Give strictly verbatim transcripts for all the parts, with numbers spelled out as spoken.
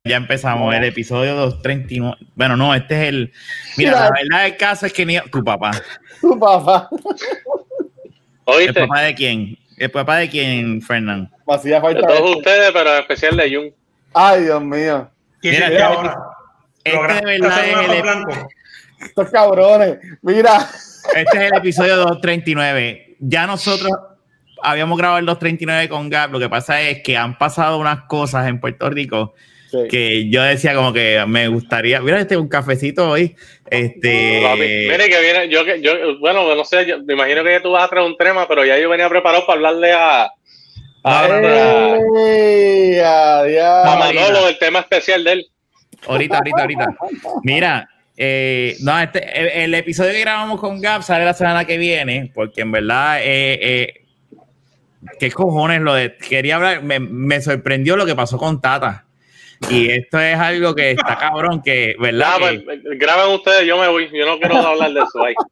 Ya empezamos el episodio doscientos treinta y nueve. Bueno, no, este es el... Mira, la verdad del caso es que ni... Tu papá. Tu papá. ¿Oíste? ¿El papá de quién? ¿El papá de quién, Fernán? De todos ustedes, pero en especial de Jun. Ay, Dios mío. Mira, este, ahora? este de verdad es el... Blanco. Estos cabrones. Mira. Este es el episodio doscientos treinta y nueve. Ya nosotros habíamos grabado el doscientos treinta y nueve con Gab. Lo que pasa es que han pasado unas cosas en Puerto Rico... Sí. Que yo decía como que me gustaría, mira, este un cafecito hoy, este... No, mire que viene, yo, yo bueno, no sé, yo, me imagino que ya tú vas a traer un tema, pero ya yo venía preparado para hablarle a... A, no, no, no. Ey, a, a Manolo, el tema especial de él. Ahorita, ahorita, ahorita. Mira, eh, no, este, el, el episodio que grabamos con Gab sale la semana que viene, porque en verdad, eh, eh, ¿qué cojones lo de... Quería hablar, me, me sorprendió lo que pasó con Tata. Y esto es algo que está cabrón, que, ¿verdad? Ah, que... pues, graben ustedes, yo me voy. Yo no quiero hablar de eso. Ahí.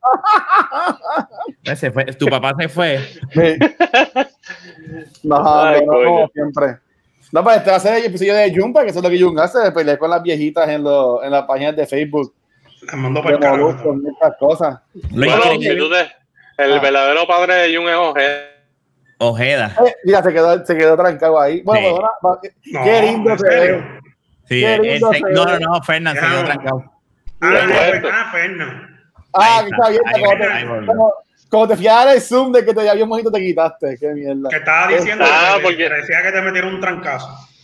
Se fue, tu papá se fue. Sí. No, Ay, no, no, no, siempre. No, pues este va a ser el episodio de Jun, que eso es lo que Jun hace, de pelear con las viejitas en, lo, en las páginas de Facebook. Las mando para el carajo. Con estas cosas. Bueno, si tú te, el ah. verdadero padre de Jun es Ojeda. Ojeda. Eh, mira, se quedó, se quedó trancado ahí. Bueno, sí. pues, bueno, no, qué lindo se ve. Sí, el, el, no, no, no, Fernán se quedó trancado. Ah, Fernán. Ah, que está bien. Ahí, como, ahí, te, como, como te fijaras el zoom de que te había un mojito, te quitaste. Qué mierda. Que estaba diciendo ah, que porque... decía que te metieron un trancazo.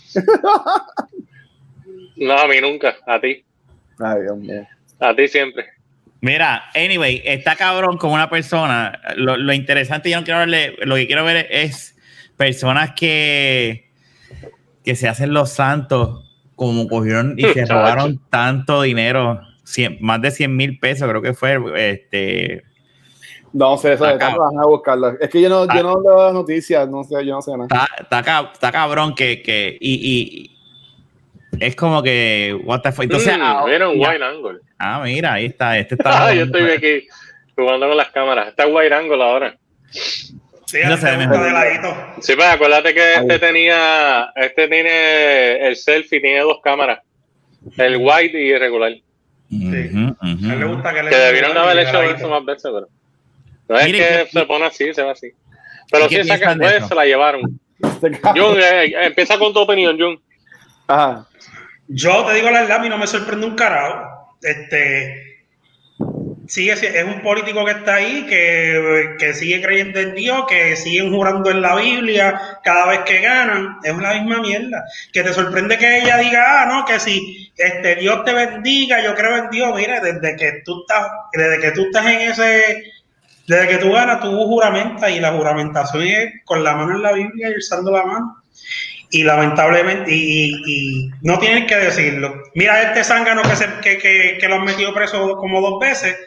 No, a mí nunca. A ti. Ay, Dios mío. A ti siempre. Mira, anyway, está cabrón con una persona. Lo, lo interesante, yo no quiero verle, lo que quiero ver es personas que, que se hacen los santos, como cogieron y se robaron tanto dinero, cien, más de cien mil pesos, creo que fue. Este, no sé, eso de tanto van a buscarlo. Es que yo no, está, yo no leo noticias, no sé, yo no sé nada. Está, está, está cabrón que, que y, y es como que, what the fuck. Entonces, mm, ah, mira un wide angle. Ah, mira, ahí está. Este está ah, yo estoy aquí jugando con las cámaras. Está wide angle ahora. Sí, no sé, de ladito. Sí, pues acuérdate que este Ahí. tenía, este tiene el selfie, tiene dos cámaras, el wide y el regular. Sí. Uh-huh, uh-huh. A él le gusta que le que debieron haber hecho eso más veces, pero no es Mire, que, que se pone así, se va así. Pero sí, esa que pues, se la llevaron. Jun, eh, empieza con tu opinión, Jun. Ajá. Yo te digo la verdad, a mí no me sorprende un carajo. Este, sigue, es un político que está ahí, que, que sigue creyendo en Dios, que siguen jurando en la Biblia cada vez que ganan. Es la misma mierda. Que te sorprende que ella diga, ah, no, que si este, Dios te bendiga, yo creo en Dios. Mira, desde que tú estás, desde que tú estás en ese, desde que tú ganas, tú juramentas, y la juramentación es con la mano en la Biblia y alzando la mano. Y lamentablemente, y, y, y no tienen que decirlo. Mira este zángano que, se, que, que, que lo han metido preso como dos veces,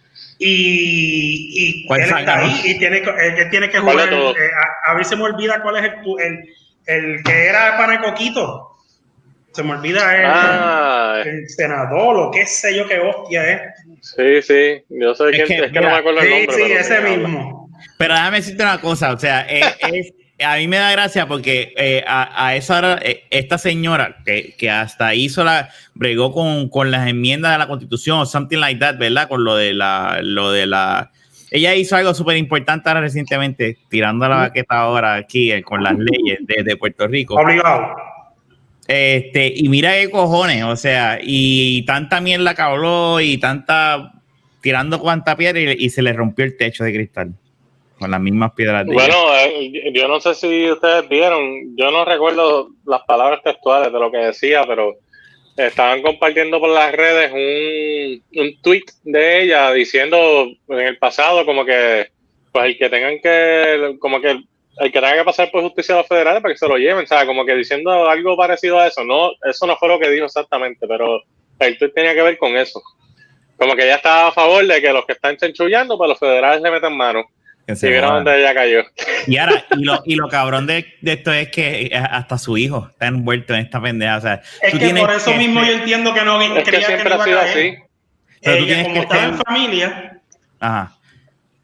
y, y él está ahí y tiene, él tiene que jugar. Eh, a, a ver, se me olvida cuál es el, el, el que era pana de Coquito. Se me olvida el, ah, el, el senador, o qué sé yo, qué hostia es. Sí, sí, yo sé quién, es que, es que mira, no me acuerdo el nombre. Sí, sí, ese mismo. Pero déjame decirte una cosa, o sea, es, es a mí me da gracia porque eh, a, a esa hora, eh, esta señora que, que hasta hizo la, bregó con, con las enmiendas de la Constitución o something like that, ¿verdad? Con lo de la, lo de la, ella hizo algo súper importante ahora recientemente, tirando la baqueta ahora aquí eh, con las leyes de, de Puerto Rico. Obligado. Este, y mira qué cojones, o sea, y tanta mierda que habló y tanta, tirando cuanta piedra y, y se le rompió el techo de cristal. Con las mismas piedras de bueno, eh, yo no sé si ustedes vieron, yo no recuerdo las palabras textuales de lo que decía, pero estaban compartiendo por las redes un, un tweet de ella diciendo en el pasado como que pues el que tengan que como que el que tenga que pasar por justicia de los federales para que se lo lleven, o sea, como que diciendo algo parecido a eso. No, eso no fue lo que dijo exactamente, pero el tweet tenía que ver con eso, como que ella estaba a favor de que los que están chanchullando pues los federales le metan mano. Y mira dónde ella cayó. Y ahora, y lo, y lo cabrón de, de esto es que hasta su hijo está envuelto en esta pendeja. O sea, es que por eso que, mismo yo entiendo que no es que siempre que no ha sido así. Pero eh, tú tienes como que estaba en familia. Ajá.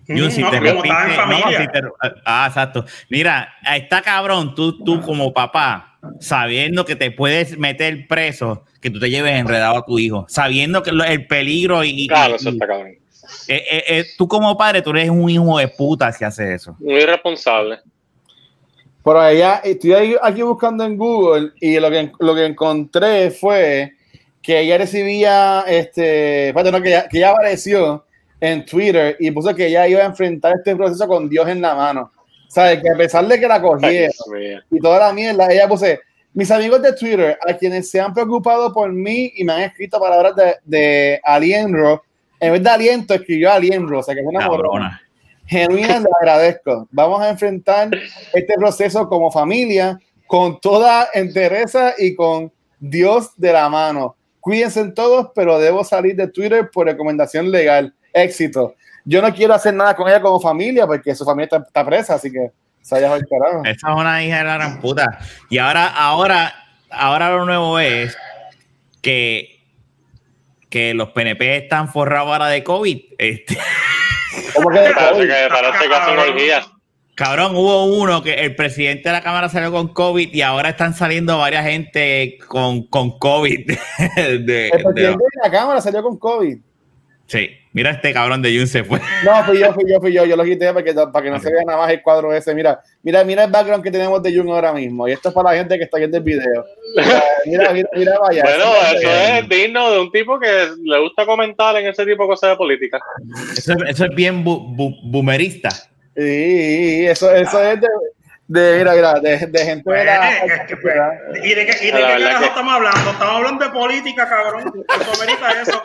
Jun, si no, te como repite, estás en familia. no, si te, ah, exacto. Mira, está cabrón, tú, tú como papá, sabiendo que te puedes meter preso, que tú te lleves enredado a tu hijo, sabiendo que lo- el peligro y... Claro, y- eso está cabrón. eh, eh, eh, tú como padre, tú eres un hijo de puta si haces eso. Muy irresponsable. Por allá, estoy ahí- aquí buscando en Google y lo que, lo que encontré fue que ella recibía, este, bueno, no, que, ella, que ella apareció en Twitter y puso que ella iba a enfrentar este proceso con Dios en la mano. ¿Sabes? Que a pesar de que la cogieron y toda la mierda, ella puse, mis amigos de Twitter, a quienes se han preocupado por mí y me han escrito palabras de, de aliento, en vez de aliento, escribió aliento, o sea, que es una morona. Genuina, le agradezco. Vamos a enfrentar este proceso como familia, con toda entereza y con Dios de la mano. Cuídense todos, pero debo salir de Twitter por recomendación legal. Éxito. Yo no quiero hacer nada con ella como familia, porque su familia está, está presa, así que se haya carajo. Esa es una hija de la gran puta. Y ahora, ahora, ahora lo nuevo es que, que los P N P están forrados ahora de COVID. Este. ¿Cómo que de Parece COVID? que, parece que hacen orgías. Cabrón, hubo uno que el presidente de la Cámara salió con COVID y ahora están saliendo varias gente con, con COVID. de, de, El presidente de, de la Cámara salió con COVID. sí, mira este cabrón de Jun se fue. No, fui yo, fui yo, fui yo. Yo lo quité para que, para que no okay. se vea nada más el cuadro ese. Mira, mira, mira el background que tenemos de Jun ahora mismo. Y esto es para la gente que está viendo el video. Mira, mira, mira, vaya. Bueno, eso, eso es, es digno de un tipo que le gusta comentar en ese tipo de cosas de política. Eso, eso es bien bu, bu, boomerista. Sí, eso, eso es de, de, mira, mira, de, de gente Pues, de la... es que, pues, ¿Y de qué, y de La qué verdad carajo que- estamos hablando? Estamos hablando de política, cabrón. Eso amerita eso.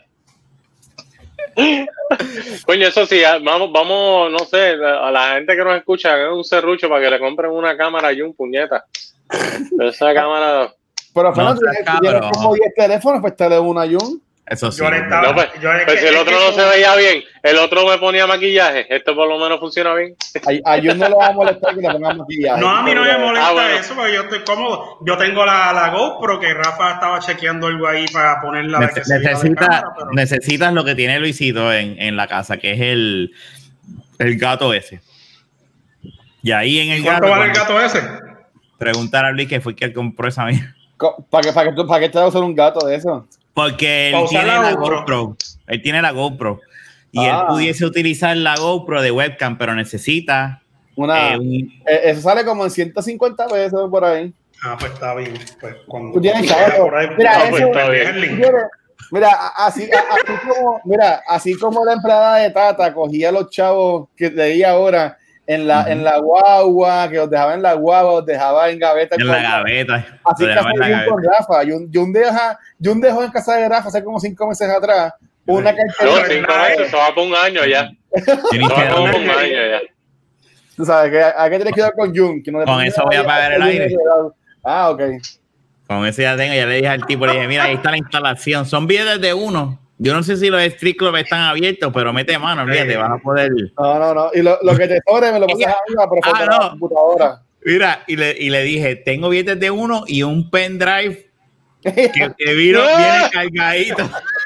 Coño, eso sí, vamos, vamos, no sé, a la gente que nos escucha, hagan un serrucho para que le compren una cámara y un puñeta. Esa cámara... Pero Fernando, No, tienes, tienes como diez teléfonos, pues te le una Jun. Eso sí. Yo le estaba- No, pues, yo es pues que- si el es otro que no como- se veía bien, el otro me ponía maquillaje, esto por lo menos funciona bien. A, a Jun no le va a molestar que le pongan maquillaje. No, a mí no me molesta Ah, bueno. eso, porque yo estoy cómodo. Yo tengo la, la GoPro, que Rafa estaba chequeando algo ahí para ponerla. de que se viera de Necesita, cámara, pero- necesitas lo que tiene Luisito en, en la casa, que es el, el gato ese. Y ahí en el ¿Cuánto gato, vale el gato ese? preguntar a Luis que fue el que compró esa mierda. ¿Para qué, para, que, tú- ¿Para qué te vas a usar un gato de eso? Porque él Pa' usar tiene la la GoPro. GoPro. Él tiene la GoPro. Y Ah. él pudiese utilizar la GoPro de webcam, pero necesita Una, eh, un- eh, eso sale como en ciento cincuenta pesos por ahí. Ah, pues está bien. Pues cuando Tú tienes cuando chavo. por ahí, Mira, ah, eso- pues está bien. El link. Mira, mira, a- así, a- así como, mira, así como la empleada de Tata cogía a los chavos que leía ahora en la, Ujú. en la guagua, que los dejaba en la guagua, los dejaba en gaveta. en la gaveta. Así Lo que dejaba en la hace Jun gaveta. con Rafa. Jun, Jun, deja, Jun dejó en casa de Rafa hace como cinco meses atrás una No, cartera. cinco meses, eso va por un año ya. Yo ni Eso sé va por dónde- un año ya. Tú sabes que hay que tener cuidado con Jun. Que no le Con ponga eso voy a apagar el aire. Ah, ok. Con ese ya tengo, ya le dije al tipo, le dije, mira, ahí está la instalación. Son billetes de uno. Yo no sé si los strip club están abiertos, pero mete mano, fíjate, vas a poder. No, no, no. Y lo, lo que te sobre me lo pasas arriba, pero Ah, falta no. la computadora. Mira, y le, y le dije, tengo billetes de uno y un pendrive que, que vino, viene cargadito.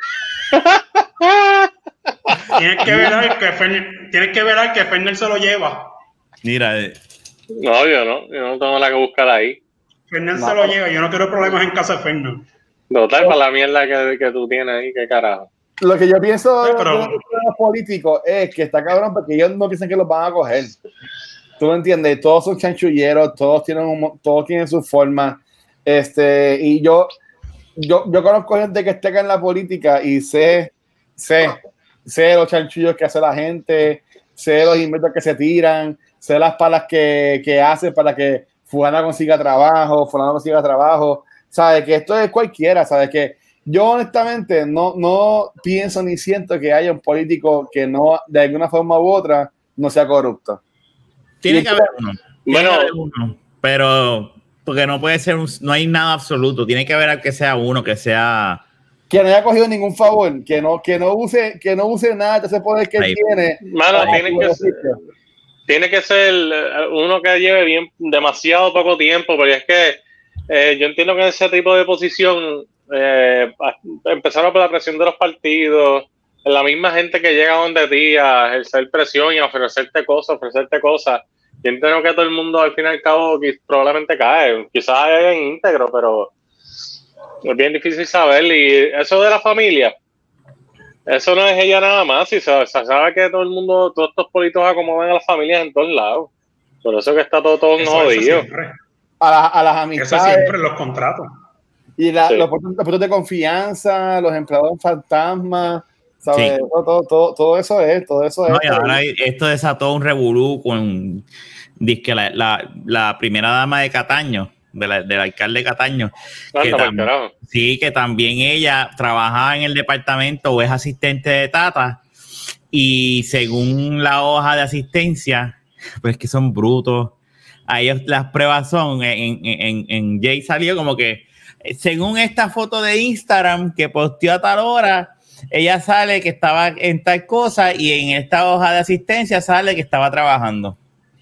Tienes que ver que Ferner, tienes que ver que Ferner se lo lleva. Mira, eh, No, yo no, yo no tengo nada que buscar ahí. Ferner No, se lo pero- lleva. Yo no quiero problemas en casa de Ferner. Total, para la mierda que, que tú tienes ahí, qué carajo. Lo que yo pienso Sí, de, pero- de los políticos es que está cabrón porque ellos no piensan que los van a coger. Tú lo entiendes, todos son chanchulleros, todos tienen, un mo- todos tienen su forma. Este, y yo, yo, yo conozco gente que está acá en la política y sé, sé, sé los chanchullos que hace la gente, sé los inventos que se tiran, sé las palas que, que hacen para que fulano consiga trabajo, fulano consiga trabajo. Sabes que esto es cualquiera, sabes que yo honestamente no, no pienso ni siento que haya un político que no, de alguna forma u otra, no sea corrupto. tiene Y que haber uno. Tiene Bueno. que haber uno, pero porque no puede ser, un, no hay nada absoluto. Tiene que haber al que sea uno, que sea. Que no haya cogido ningún favor, que no, que no use, que no use nada de ese poder que él Ahí. tiene. Mano, para tiene su que ser, beneficio. tiene que ser eh, uno que lleve bien demasiado poco tiempo, porque es que eh, yo entiendo que en ese tipo de posición eh, empezaron por la presión de los partidos, la misma gente que llega donde ti a ejercer presión y a ofrecerte cosas, ofrecerte cosas, yo entiendo que todo el mundo al fin y al cabo probablemente cae, quizás haya en íntegro, pero es bien difícil saber. Y eso de la familia, eso no es ella nada más, y se, se sabe que todo el mundo, todos estos políticos acomodan a las familias en todos lados, por eso que está todo, todo eso, jodido. Eso a, la, a las amistades. Eso siempre en los contratos. Y la, sí. los, los puntos de confianza, los empleados fantasmas, ¿sabes? Sí. Todo, todo, todo, todo eso es, todo eso no, es. Y ahora esto desató un revolú con dizque la, la, la primera dama de Cataño, de la, del alcalde de Cataño. Que tam, sí, que también ella trabajaba en el departamento o es asistente de Tata, y según la hoja de asistencia, pues que son brutos. A ellos las pruebas son, en, en, en Jay salió como que, según esta foto de Instagram que posteó a tal hora, ella sale que estaba en tal cosa y en esta hoja de asistencia sale que estaba trabajando.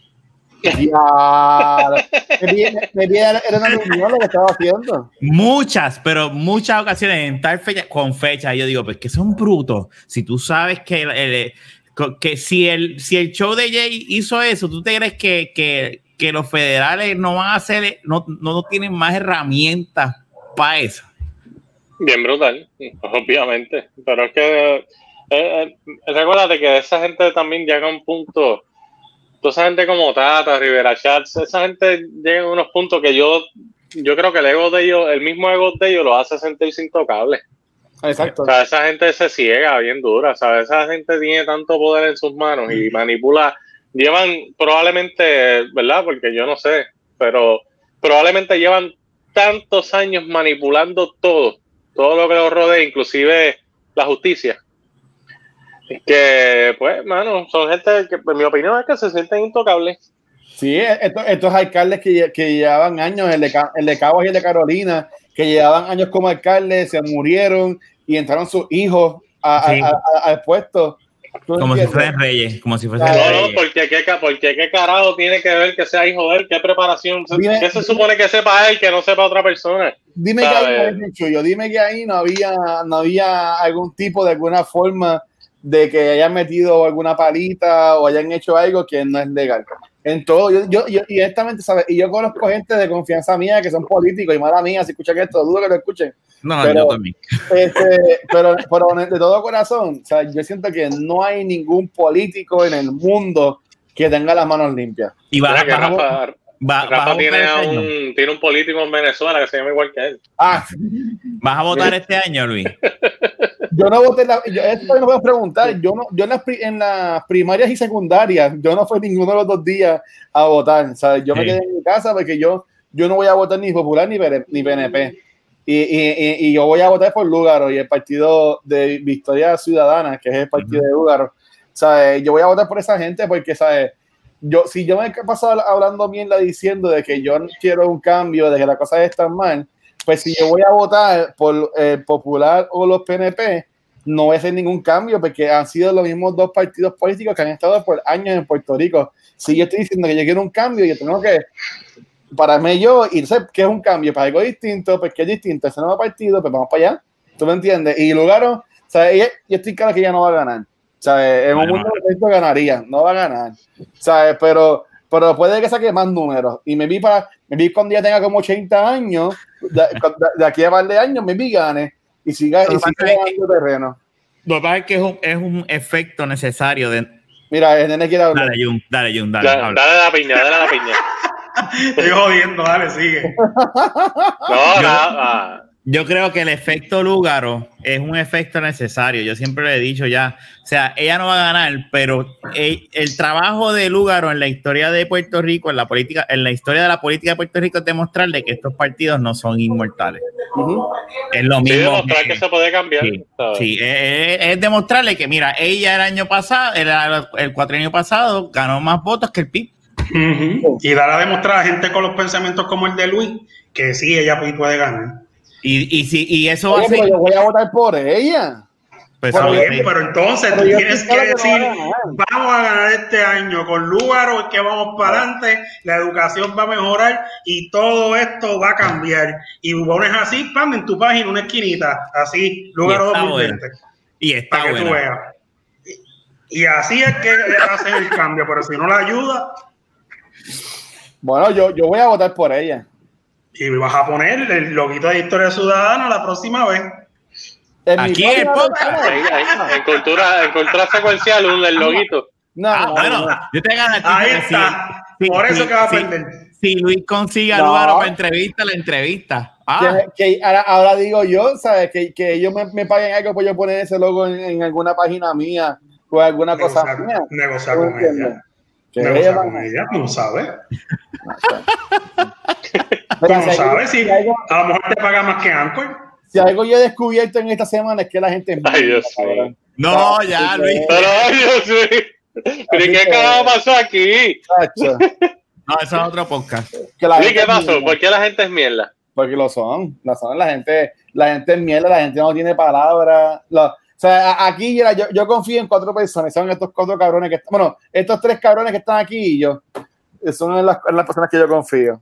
Ya, me vi, era una reunión lo que estaba haciendo. Muchas, pero muchas ocasiones en tal fecha, con fecha, yo digo, pues que son brutos. Si tú sabes que, el, que si, el, si el show de Jay hizo eso, ¿tú te crees que, que, que los federales no van a hacer, no, no tienen más herramientas para eso? Bien brutal, obviamente, pero es que eh, eh, recuérdate que esa gente también llega a un punto, toda esa gente como Tata, Rivera Chats, esa gente llega a unos puntos que yo yo creo que el ego de ellos, el mismo ego de ellos lo hace sentirse intocable. Exacto. O sea, esa gente se ciega bien dura, ¿sabes? Esa gente tiene tanto poder en sus manos y manipula, llevan probablemente, ¿verdad? Porque yo no sé, pero probablemente llevan tantos años manipulando todo, todo lo que los rodea, inclusive la justicia, que pues, mano, son gente que, en mi opinión, es que se sienten intocables. Sí, estos, estos alcaldes que, que llevaban años, el de, el de Caguas y el de Carolina, que llevaban años como alcaldes, se murieron y entraron sus hijos a, sí. a, a, a, al puesto. Como si fueran reyes, como si fuesen no, reyes. No, porque qué, porque qué carajo tiene que ver que sea hijo de él, qué preparación, dime, qué se supone que sepa él que no sepa otra persona. Dime ¿sabes? que ahí, Chuyo, dime que ahí no había, no había algún tipo de alguna forma de que hayan metido alguna palita o hayan hecho algo que no es legal. En todo, yo, yo, yo y honestamente, ¿sabes? Y yo conozco gente de confianza mía que son políticos y mala mía, si escuchan esto, dudo que lo escuchen. No, pero, yo también. Este, pero, pero de todo corazón, o sea, yo siento que no hay ningún político en el mundo que tenga las manos limpias. Y va, va, Rafa, va, Rafa va tiene, a un, tiene un político en Venezuela que se llama igual que él. Ah, ¿vas a votar este año, Luis? Yo no voté, la, yo, esto no voy a preguntar, yo no, yo en las, en las primarias y secundarias, yo no fui ninguno de los dos días a votar, ¿sabes? Yo sí. me quedé en mi casa porque yo, yo no voy a votar ni Popular ni, ni P N P, y, y, y yo voy a votar por Lúgaro y el partido de Victoria Ciudadana, que es el partido uh-huh. de Lúgaro, ¿sabes? Yo voy a votar por esa gente porque, ¿sabes? Yo, si yo me he pasado hablando mierda diciendo de que yo quiero un cambio, de que las cosas están mal, pues si yo voy a votar por el eh, Popular o los P N P, no voy a hacer ningún cambio porque han sido los mismos dos partidos políticos que han estado por años en Puerto Rico. Si yo estoy diciendo que yo quiero un cambio, yo tengo que pararme yo y sé qué es un cambio para algo distinto, pues que es distinto, ese nuevo partido, pues vamos para allá. ¿Tú me entiendes? Y Lúgaro, ¿sabes? Yo estoy claro que ella no va a ganar. ¿Sabes? En bueno, un mundo perfecto ganaría, no va a ganar. ¿Sabes? Pero, pero puede que saque más números. Y me vi para, me vi cuando ya tenga como ochenta años, de, de aquí a par de años, me vi gane. Y siga, y siga ganando terreno. Lo que pasa es que es un, es un efecto necesario de... Mira, el nene quiere hablar. Dale, Jun, dale, Jun, dale. Dale, dale la piña, dale la piña. Estoy jodiendo, dale, sigue. No, nada. Yo creo que el efecto Lúgaro es un efecto necesario. Yo siempre le he dicho ya. O sea, ella no va a ganar, pero el, el trabajo de Lúgaro en la historia de Puerto Rico, en la política, en la historia de la política de Puerto Rico, es demostrarle que estos partidos no son inmortales. Uh-huh. Es lo mismo. Sí, demostrar que, que se puede cambiar. Sí, sí es, es demostrarle que, mira, ella el año pasado, el, el cuatrienio pasado, ganó más votos que el P I B. Uh-huh. Y dar a demostrar a gente con los pensamientos como el de Luis que sí, ella puede ganar. Y, y, si, y eso Oye, va a ser... yo voy a votar por ella. Pues pero, bien, pero entonces pero tú tienes que decir, que vamos a ganar este año con Lúgaro, que vamos para adelante, la educación va a mejorar y todo esto va a cambiar. Y pones así, pam, en tu página una esquinita, así, Lúgaro dos mil veinte. Y está para que buena. tú veas. Y, y así es que hacen el cambio, pero si no la ayuda... Bueno, yo, yo voy a votar por ella. Y vas a poner el loguito de Historia Ciudadana la próxima vez. En Aquí mi en el página podcast. Ahí, ahí, en cultura, en cultura secuencial, un el loguito. No, Ah, no, bueno, no. yo te garantizo Ahí que está. sí, Por sí, eso que va a sí, perder. Si Luis consigue a No. Lugaro para entrevista, la entrevista. Ah, Que, que ahora, ahora digo yo, ¿sabes? Que, que ellos me, me paguen algo por yo poner ese logo en, en alguna página mía o alguna cosa Negociar, mía. negociar ¿Tú con entiendes? ella. Que Negociar ella- con ella, tú no sabes. Tú Mira, no si hay- sabes si si hay algo- a lo mejor te paga más que Anchor. Si algo yo he descubierto en esta semana es que la gente es Ay, mierda, Dios mío. cabrón. no, Así ya, que- Luis. Pero, ay, Dios mío. ¿Pero Así qué que- carajo pasó aquí? Chacho, No, eso es otro podcast. que la Luis, gente ¿qué es pasó? mierda. ¿Por qué la gente es mierda? Porque lo son, lo son. La gente, la gente es mierda, la gente no tiene palabras. Lo- o sea, a- aquí mira, yo, yo confío en cuatro personas, son estos cuatro cabrones que bueno, estos tres cabrones que están aquí y yo, son en las, en las personas que yo confío.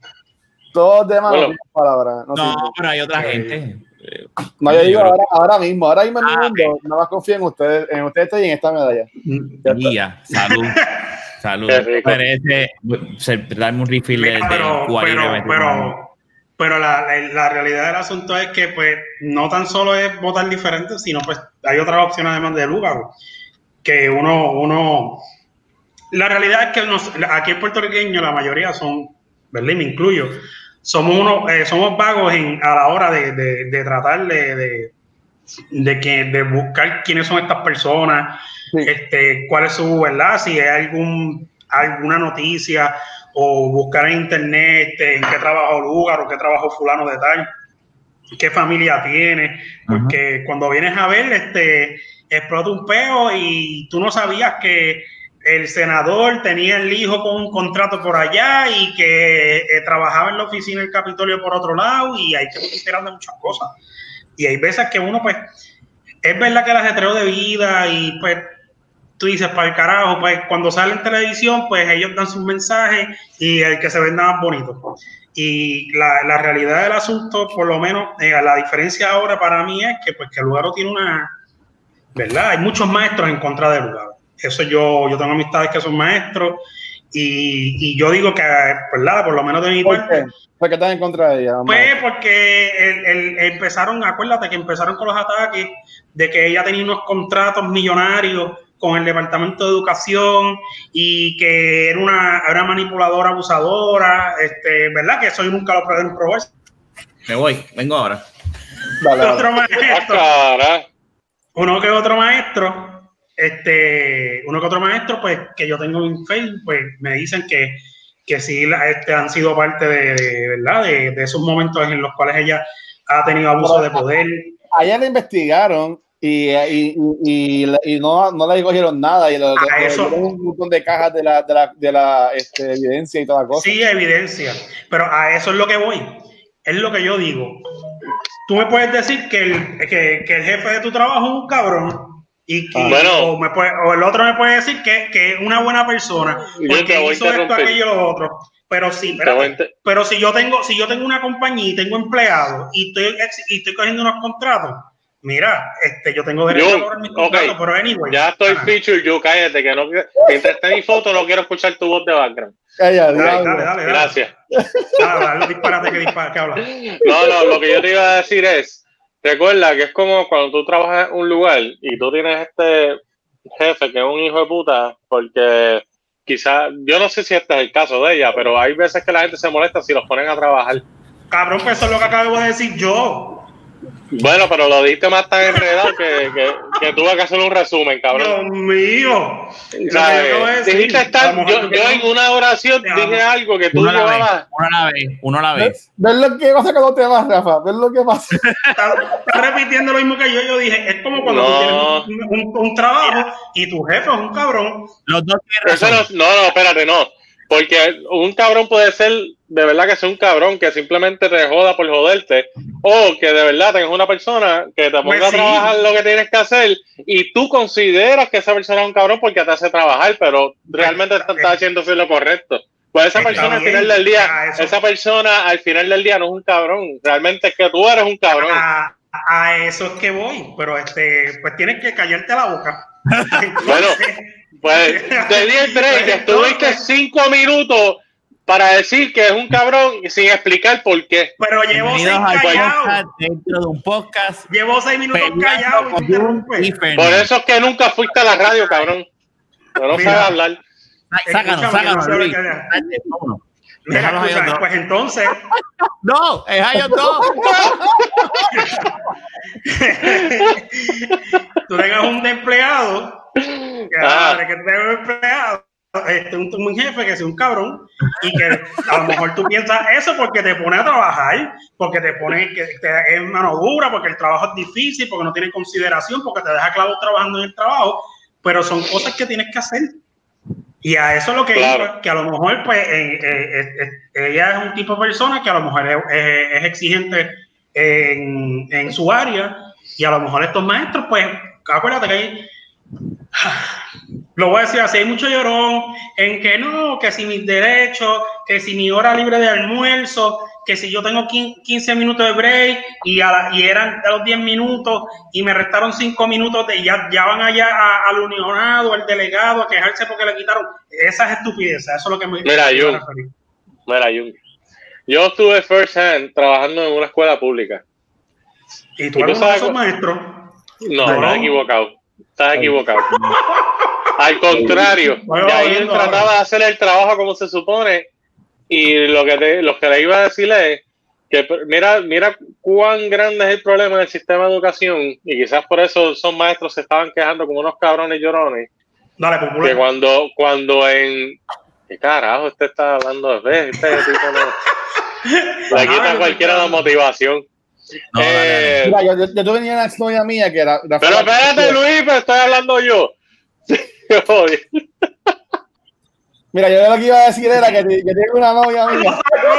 Todos demás Bueno. no tienen palabras. No, No, sirven. pero hay otra Sí. gente. No, yo digo creo- ahora, ahora mismo, ahora mismo en mi Ah, mundo, nada más confío en ustedes, en ustedes y en esta medalla. Ya está. Guía, salud. Salud. Qué rico. Parece ser- darme un refill de, Mira, de pero, cuarenta pero, veces. pero, pero la, la, la realidad del asunto es que pues no tan solo es votar diferente, sino pues hay otras opciones además de Lugaro. Que uno, uno, la realidad es que nos, aquí en puertorriqueños la mayoría son, ¿verdad? Y me incluyo, somos unos, eh, somos vagos en, a la hora de, de, de tratar de, de, de, que, de buscar quiénes son estas personas, Sí. este, cuál es su verdad, si hay algún, alguna noticia o buscar en internet este, en qué trabajó Lugaro, qué trabajó fulano de tal, qué familia tiene, porque cuando vienes a ver, este, explota un peo y tú no sabías que el senador tenía el hijo con un contrato por allá y que eh, trabajaba en la oficina del Capitolio por otro lado, y hay que estar enterando de muchas cosas. Y hay veces que uno, pues, es verdad que el ajetreo de vida y pues tú dices, para el carajo, pues cuando sale en televisión, pues ellos dan sus mensajes y el que se venda más bonito. Y la, la realidad del asunto, por lo menos, eh, la diferencia ahora para mí es que, pues, que Lugaro tiene una, ¿verdad? Hay muchos maestros en contra de Lugaro. Eso yo, yo tengo amistades que son maestros y, y yo digo que, ¿verdad? Por lo menos de mi ¿Por parte, qué? ¿Por qué están en contra de ella? Vamos a pues ver. porque el, el- empezaron, acuérdate que empezaron con los ataques de que ella tenía unos contratos millonarios con el Departamento de Educación y que era una, era una manipuladora, abusadora, este, ¿verdad? Que eso yo nunca lo probé. Me voy, vengo ahora. Dale, dale. Otro Ah, maestro, cara. uno que otro maestro, este, uno que otro maestro, pues que yo tengo en Facebook, pues me dicen que, que sí la- este, han sido parte de, de, ¿verdad? De, de esos momentos en los cuales ella ha tenido abuso de poder. A ella la investigaron y, y, y, y, y no, no le cogieron nada y le, A le- le eso- dieron un montón de cajas de la, de la, de la este, evidencia y toda la cosa. Sí, evidencia, pero a eso es lo que voy. Es lo que yo digo. Tú me puedes decir que el, que, que el jefe de tu trabajo es un cabrón y, y- Bueno. o, me puede- o el otro me puede decir que, que es una buena persona Yo porque te voy a hizo esto, interrumpir. aquello, lo otro. Pero sí, Te voy a espérate, inter- pero si yo tengo, si yo tengo una compañía y tengo empleados y estoy, ex- y estoy cogiendo unos contratos, mira, este, yo tengo derecho Yo, a cobrar mis contratos, ok, pero anyway. Ya estoy Ajá. featured, yo cállate, que no mientras esté mi foto no quiero escuchar tu voz de background. Calla, Dale, diablo. dale, dale, dale. Gracias. Dale, dale, disparate que dispara, que habla. No, no, lo que yo te iba a decir es, recuerda que es como cuando tú trabajas en un lugar y tú tienes este jefe que es un hijo de puta, porque quizás, yo no sé si este es el caso de ella, pero hay veces que la gente se molesta si los ponen a trabajar. Cabrón, pues eso es lo que acabo de decir yo. Bueno, pero lo dijiste más tan enredado que, que, que tuve que hacer un resumen, cabrón. Dios mío. O sea, Lo que yo acabo de decir, dijiste a estar, lo mejor yo, tú yo quieres- en una oración Te dije amo. algo que tú Uno a la vez, llevabas. uno a la vez, uno a la vez. ¿Ves lo que pasa cuando te vas, Rafa? ¿Ves lo que pasa? Estás estás repitiendo lo mismo que yo. Yo dije, es como cuando No. tú tienes un, un- un trabajo y tu jefe es un cabrón. Los dos tienen Eso razón. no, no, no, espérate, no. Porque un cabrón puede ser, de verdad que sea un cabrón que simplemente te joda por joderte, o que de verdad tengas una persona que te ponga Pues a sí. trabajar lo que tienes que hacer y tú consideras que esa persona es un cabrón porque te hace trabajar, pero realmente está, está haciendo lo correcto. Pues esa Está persona al bien, final del ya, día, eso. esa persona al final del día no es un cabrón, realmente es que tú eres un cabrón. A, a eso es que voy, pero este, pues tienes que callarte la boca. Entonces, bueno, pues te di el break, estuviste cinco minutos para decir que es un cabrón sin explicar por qué. Pero llevo seis callados. Dentro de un podcast. Llevo seis minutos callado. Por eso es que nunca fuiste a la radio, cabrón. No, no sabes hablar. Sácanos, sácanos. Mira, escucha, pues entonces. No, es a ellos dos. Tú tengas un empleado, que, ah. que tengas un empleado, este, un, un jefe que es un cabrón, y que a lo mejor tú piensas eso porque te pone a trabajar, porque te pone que te, es mano dura, porque el trabajo es difícil, porque no tiene consideración, porque te deja clavo trabajando en el trabajo, pero son cosas que tienes que hacer. Y a eso es lo que claro. iba, que a lo mejor pues eh, eh, eh, ella es un tipo de persona que a lo mejor es, eh, es exigente en, en su área, y a lo mejor estos maestros pues acuérdate que hay, lo voy a decir así, hay mucho llorón en que no, que si mis derechos, que si mi hora libre de almuerzo, que si yo tengo quince minutos de break y, a la, y eran a los diez minutos y me restaron cinco minutos de, y ya, ya van allá a, al unionado, al delegado a quejarse porque le quitaron esas estupideces. Eso es lo que me Mira, Jun, mira, Jun, yo estuve first hand trabajando en una escuela pública. ¿Y tú eres un maestro? No, no, estás equivocado. Estás equivocado. Al contrario, bueno, ya él trataba de hacer el trabajo como se supone. Y lo que, te, lo que le iba a decir es que mira, mira cuán grande es el problema del sistema de educación, y quizás por eso son maestros se estaban quejando como unos cabrones llorones. Dale, popular. Que cuando, cuando en... ¿Qué carajo este está hablando de este tipo no? Le quita cualquiera la motivación. No, eh, dale, dale. Mira, yo, yo, yo tenía una exnovia mía que era... era pero espérate, Luis, pero estoy hablando yo. Mira, yo lo que iba a decir era que, que tengo una novia mía.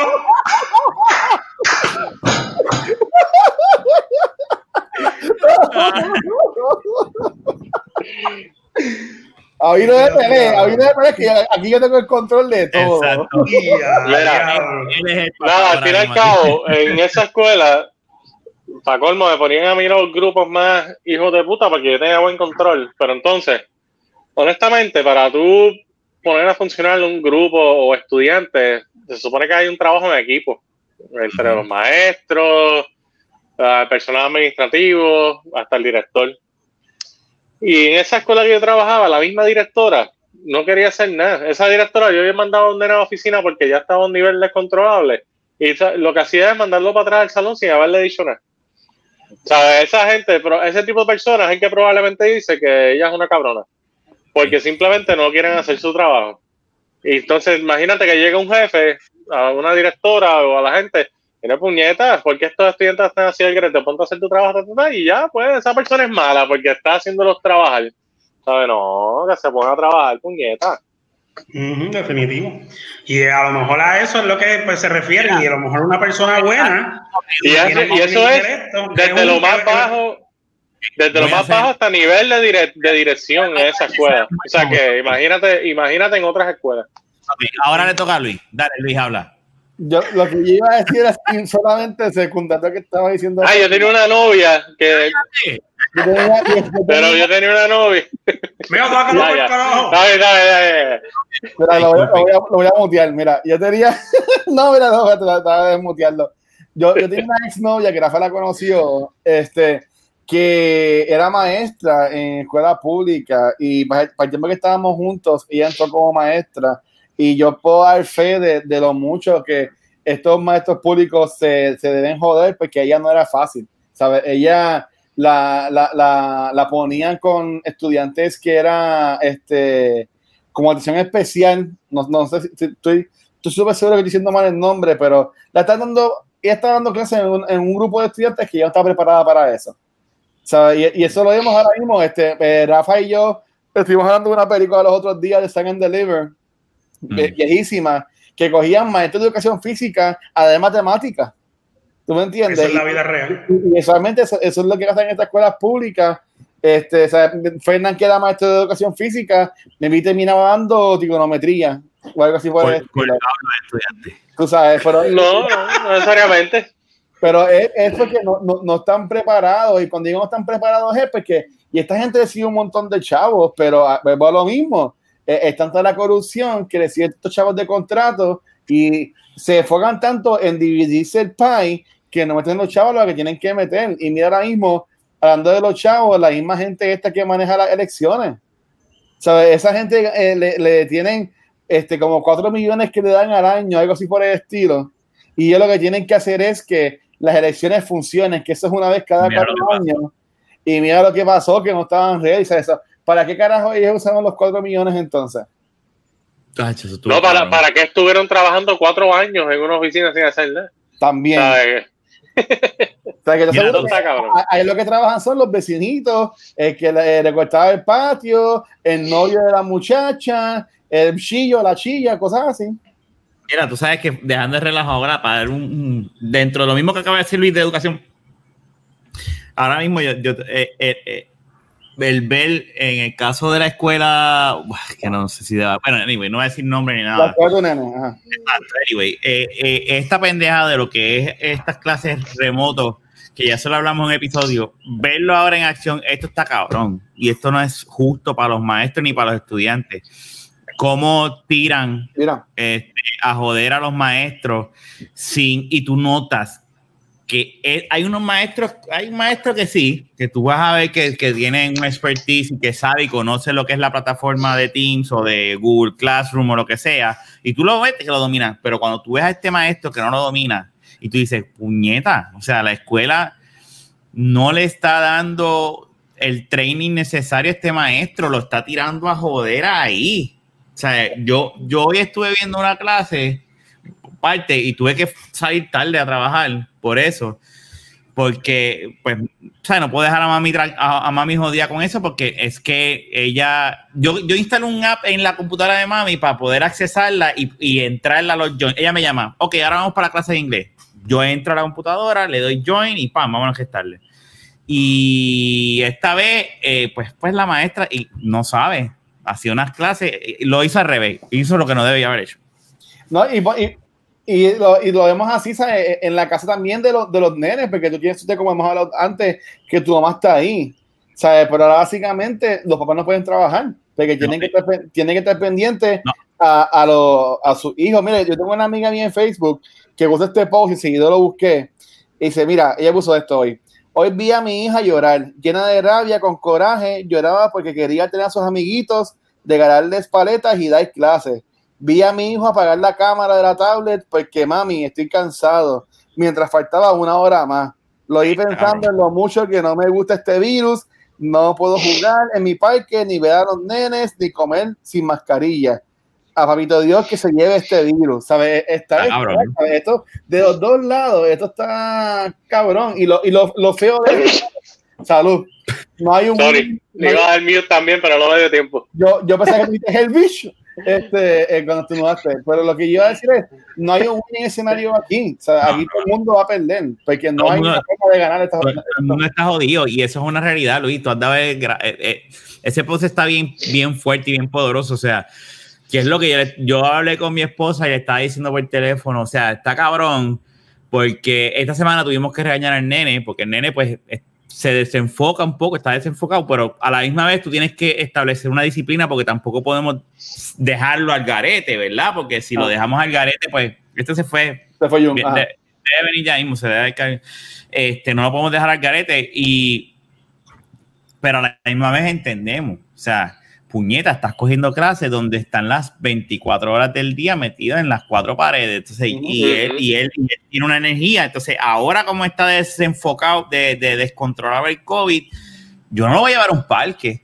A mí no me peleé, a mí no me peleé, que aquí yo tengo el control de todo. Exacto. Mira, nada, al fin y al cabo, en esa escuela, para colmo, me ponían a mí los grupos más hijos de puta porque yo tenía buen control. Pero entonces, honestamente, para tú poner a funcionar un grupo o estudiantes, se supone que hay un trabajo en equipo entre los maestros, el personal administrativo, hasta el director. Y en esa escuela que yo trabajaba, la misma directora no quería hacer nada. Esa directora, yo había mandado a un nene a la oficina porque ya estaba a un nivel descontrolable, y lo que hacía es mandarlo para atrás al salón sin haberle dicho nada. ¿Sabes? Esa gente, ese tipo de personas es el que probablemente dice que ella es una cabrona, porque simplemente no quieren hacer su trabajo. Y entonces, imagínate que llega un jefe a una directora o a la gente, tiene puñetas, porque estos estudiantes están haciendo el grete, ponte a hacer tu trabajo, y ya, pues, esa persona es mala porque está haciéndolos trabajar. ¿Sabes? No, que se ponga a trabajar, puñetas. Uh-huh, definitivo. Y a lo mejor a eso es lo que pues, se refiere, y a lo mejor una persona buena. Y, eso, y eso es directo, desde lo más bajo. Desde lo más bajo hasta nivel de, dire de dirección en esa escuela. O sea que imagínate, imagínate en otras escuelas. Okay, ahora le toca a Luis. Dale, Luis, habla. Yo, lo que yo iba a decir es solamente secundar lo que estaba diciendo. Ah, yo tenía una novia que... Yo tenía, yo, yo Pero yo tenía una novia. Mira, sácalo por el carajo. Dale, dale, dale. Mira, lo voy, lo, voy a, lo voy a mutear. Mira, yo tenía... no, mira, no, voy a tratar de mutearlo. Yo, yo tenía una exnovia que Rafa la conoció, este... que era maestra en escuela pública, y para el tiempo que estábamos juntos, ella entró como maestra, y yo puedo dar fe de, de lo mucho que estos maestros públicos se, se deben joder, porque ella no era fácil, ¿sabes? Ella la, la, la, la ponían con estudiantes que era este, como atención especial, no, no sé si, si estoy, estoy súper seguro que estoy diciendo mal el nombre, pero la están dando, ella está dando clases en un, en un grupo de estudiantes que ya no está preparada para eso. ¿Sabes? Y, y eso lo vemos ahora mismo. Este, eh, Rafa y yo estuvimos hablando de una película los otros días de Stand and Deliver, mm. viejísima, que cogían maestros de educación física a de matemáticas. ¿Tú me entiendes? Eso es la vida real. Y, y usualmente eso, eso es lo que hacen en estas escuelas públicas. Este, o sea, Fernán, que era maestro de educación física, me vi terminaba dando trigonometría o algo así por el estilo. Tú sabes, pero no, no necesariamente. pero es, es porque no, no, no están preparados, y cuando digo no están preparados es porque, y esta gente recibe un montón de chavos, pero es lo mismo, es, es tanta la corrupción que reciben estos chavos de contrato y se enfocan tanto en dividirse el pie que no meten los chavos lo que tienen que meter. Y mira ahora mismo, hablando de los chavos, la misma gente esta que maneja las elecciones, ¿sabes? Esa gente eh, le, le tienen este, como cuatro millones que le dan al año, algo así por el estilo, y ellos lo que tienen que hacer es que las elecciones funcionen, que eso es una vez cada mira cuatro años, y mira lo que pasó, que no estaban ready, ¿sabes? ¿Para qué carajo ellos usaron los cuatro millones entonces? No, para, ¿para qué estuvieron trabajando cuatro años en una oficina sin hacer nada? También. ¿Sabes? O sea, que mira, que ahí lo que trabajan son los vecinitos, el que le, le cortaba el patio, el novio de la muchacha, el chillo, la chilla, cosas así. Mira, tú sabes que dejando de relajo ahora para dar un, un dentro de lo mismo que acaba de decir Luis de educación, ahora mismo yo, yo eh, eh, eh, el ver en el caso de la escuela, que no sé si deba, bueno, anyway, no voy a decir nombre ni nada. Ajá. Anyway, eh, eh, esta pendeja de lo que es estas clases remotos, que ya solo hablamos en un episodio, verlo ahora en acción, esto está cabrón. Y esto no es justo para los maestros ni para los estudiantes. Cómo tiran este, a joder a los maestros sin, y tú notas que es, hay unos maestros, hay un maestro que sí, que tú vas a ver que, que tienen un expertise y que sabe y conoce lo que es la plataforma de Teams o de Google Classroom o lo que sea, y tú lo ves que lo dominas, pero cuando tú ves a este maestro que no lo domina y tú dices, puñeta, o sea, la escuela no le está dando el training necesario a este maestro, lo está tirando a joder ahí. O sea, yo, yo hoy estuve viendo una clase parte y tuve que salir tarde a trabajar por eso, porque pues, o sea, no puedo dejar a mami, a, a mami jodida con eso, porque es que ella, yo, yo instalé un app en la computadora de mami para poder accesarla y, y entrarla a los join. Ella me llama, ok, ahora vamos para la clase de inglés. Yo entro a la computadora, le doy join y pam, vamos a gestarle. Y esta vez, eh, pues, pues la maestra y no sabe, hacía unas clases, lo hizo al revés, hizo lo que no debía haber hecho. No, y, y, y, lo, y lo vemos así, ¿sabes? En la casa también de los, de los nenes, porque tú tienes, como hemos hablado antes, que tu mamá está ahí, ¿sabes? Pero ahora básicamente los papás no pueden trabajar, porque tienen, no, que, estar, tienen que estar pendientes no. a, a, lo, a sus hijos. Mire, yo tengo una amiga mía en Facebook que puso este post y seguido lo busqué, y dice, mira, ella puso esto hoy. Hoy vi a mi hija llorar, llena de rabia, con coraje, lloraba porque quería tener a sus amiguitos, regalarles paletas y dar clases. Vi a mi hijo apagar la cámara de la tablet porque, mami, estoy cansado, mientras faltaba una hora más. Lo vi pensando en lo mucho que no me gusta este virus, no puedo jugar en mi parque, ni ver a los nenes, ni comer sin mascarilla. A papito Dios que se lleve este virus, ¿sabes? Está, está, ¿sabes? Esto, de los dos lados, esto está cabrón. Y lo, y lo, lo feo de esto, salud. No hay un... Sorry, le iba a dar mío también, pero no me dio tiempo. Yo, yo pensé que es el bicho. Este, eh, cuando tú no haces, pero lo que yo iba a decir es, no hay un escenario aquí, o sea, aquí todo el mundo va a perder, porque no hay una forma de ganar esta jornada. El mundo está jodido y eso es una realidad, Luis. Tú has dado el, eh, eh, ese post está bien, bien fuerte y bien poderoso, o sea, que es lo que yo, yo hablé con mi esposa y le estaba diciendo por teléfono, o sea, está cabrón, porque esta semana tuvimos que regañar al nene, porque el nene pues se desenfoca un poco, está desenfocado, pero a la misma vez tú tienes que establecer una disciplina porque tampoco podemos dejarlo al garete, ¿verdad? Porque si ah. lo dejamos al garete, pues este se fue. Se fue Jun. De, debe venir ya mismo, se debe caer. Este, no lo podemos dejar al garete, y, pero a la misma vez entendemos, o sea, puñeta, estás cogiendo clases donde están las veinticuatro horas del día metidas en las cuatro paredes. Entonces, uh-huh. y, él, y, él, y él tiene una energía. Entonces, ahora como está desenfocado de, de descontrolar el COVID, yo no lo voy a llevar a un parque.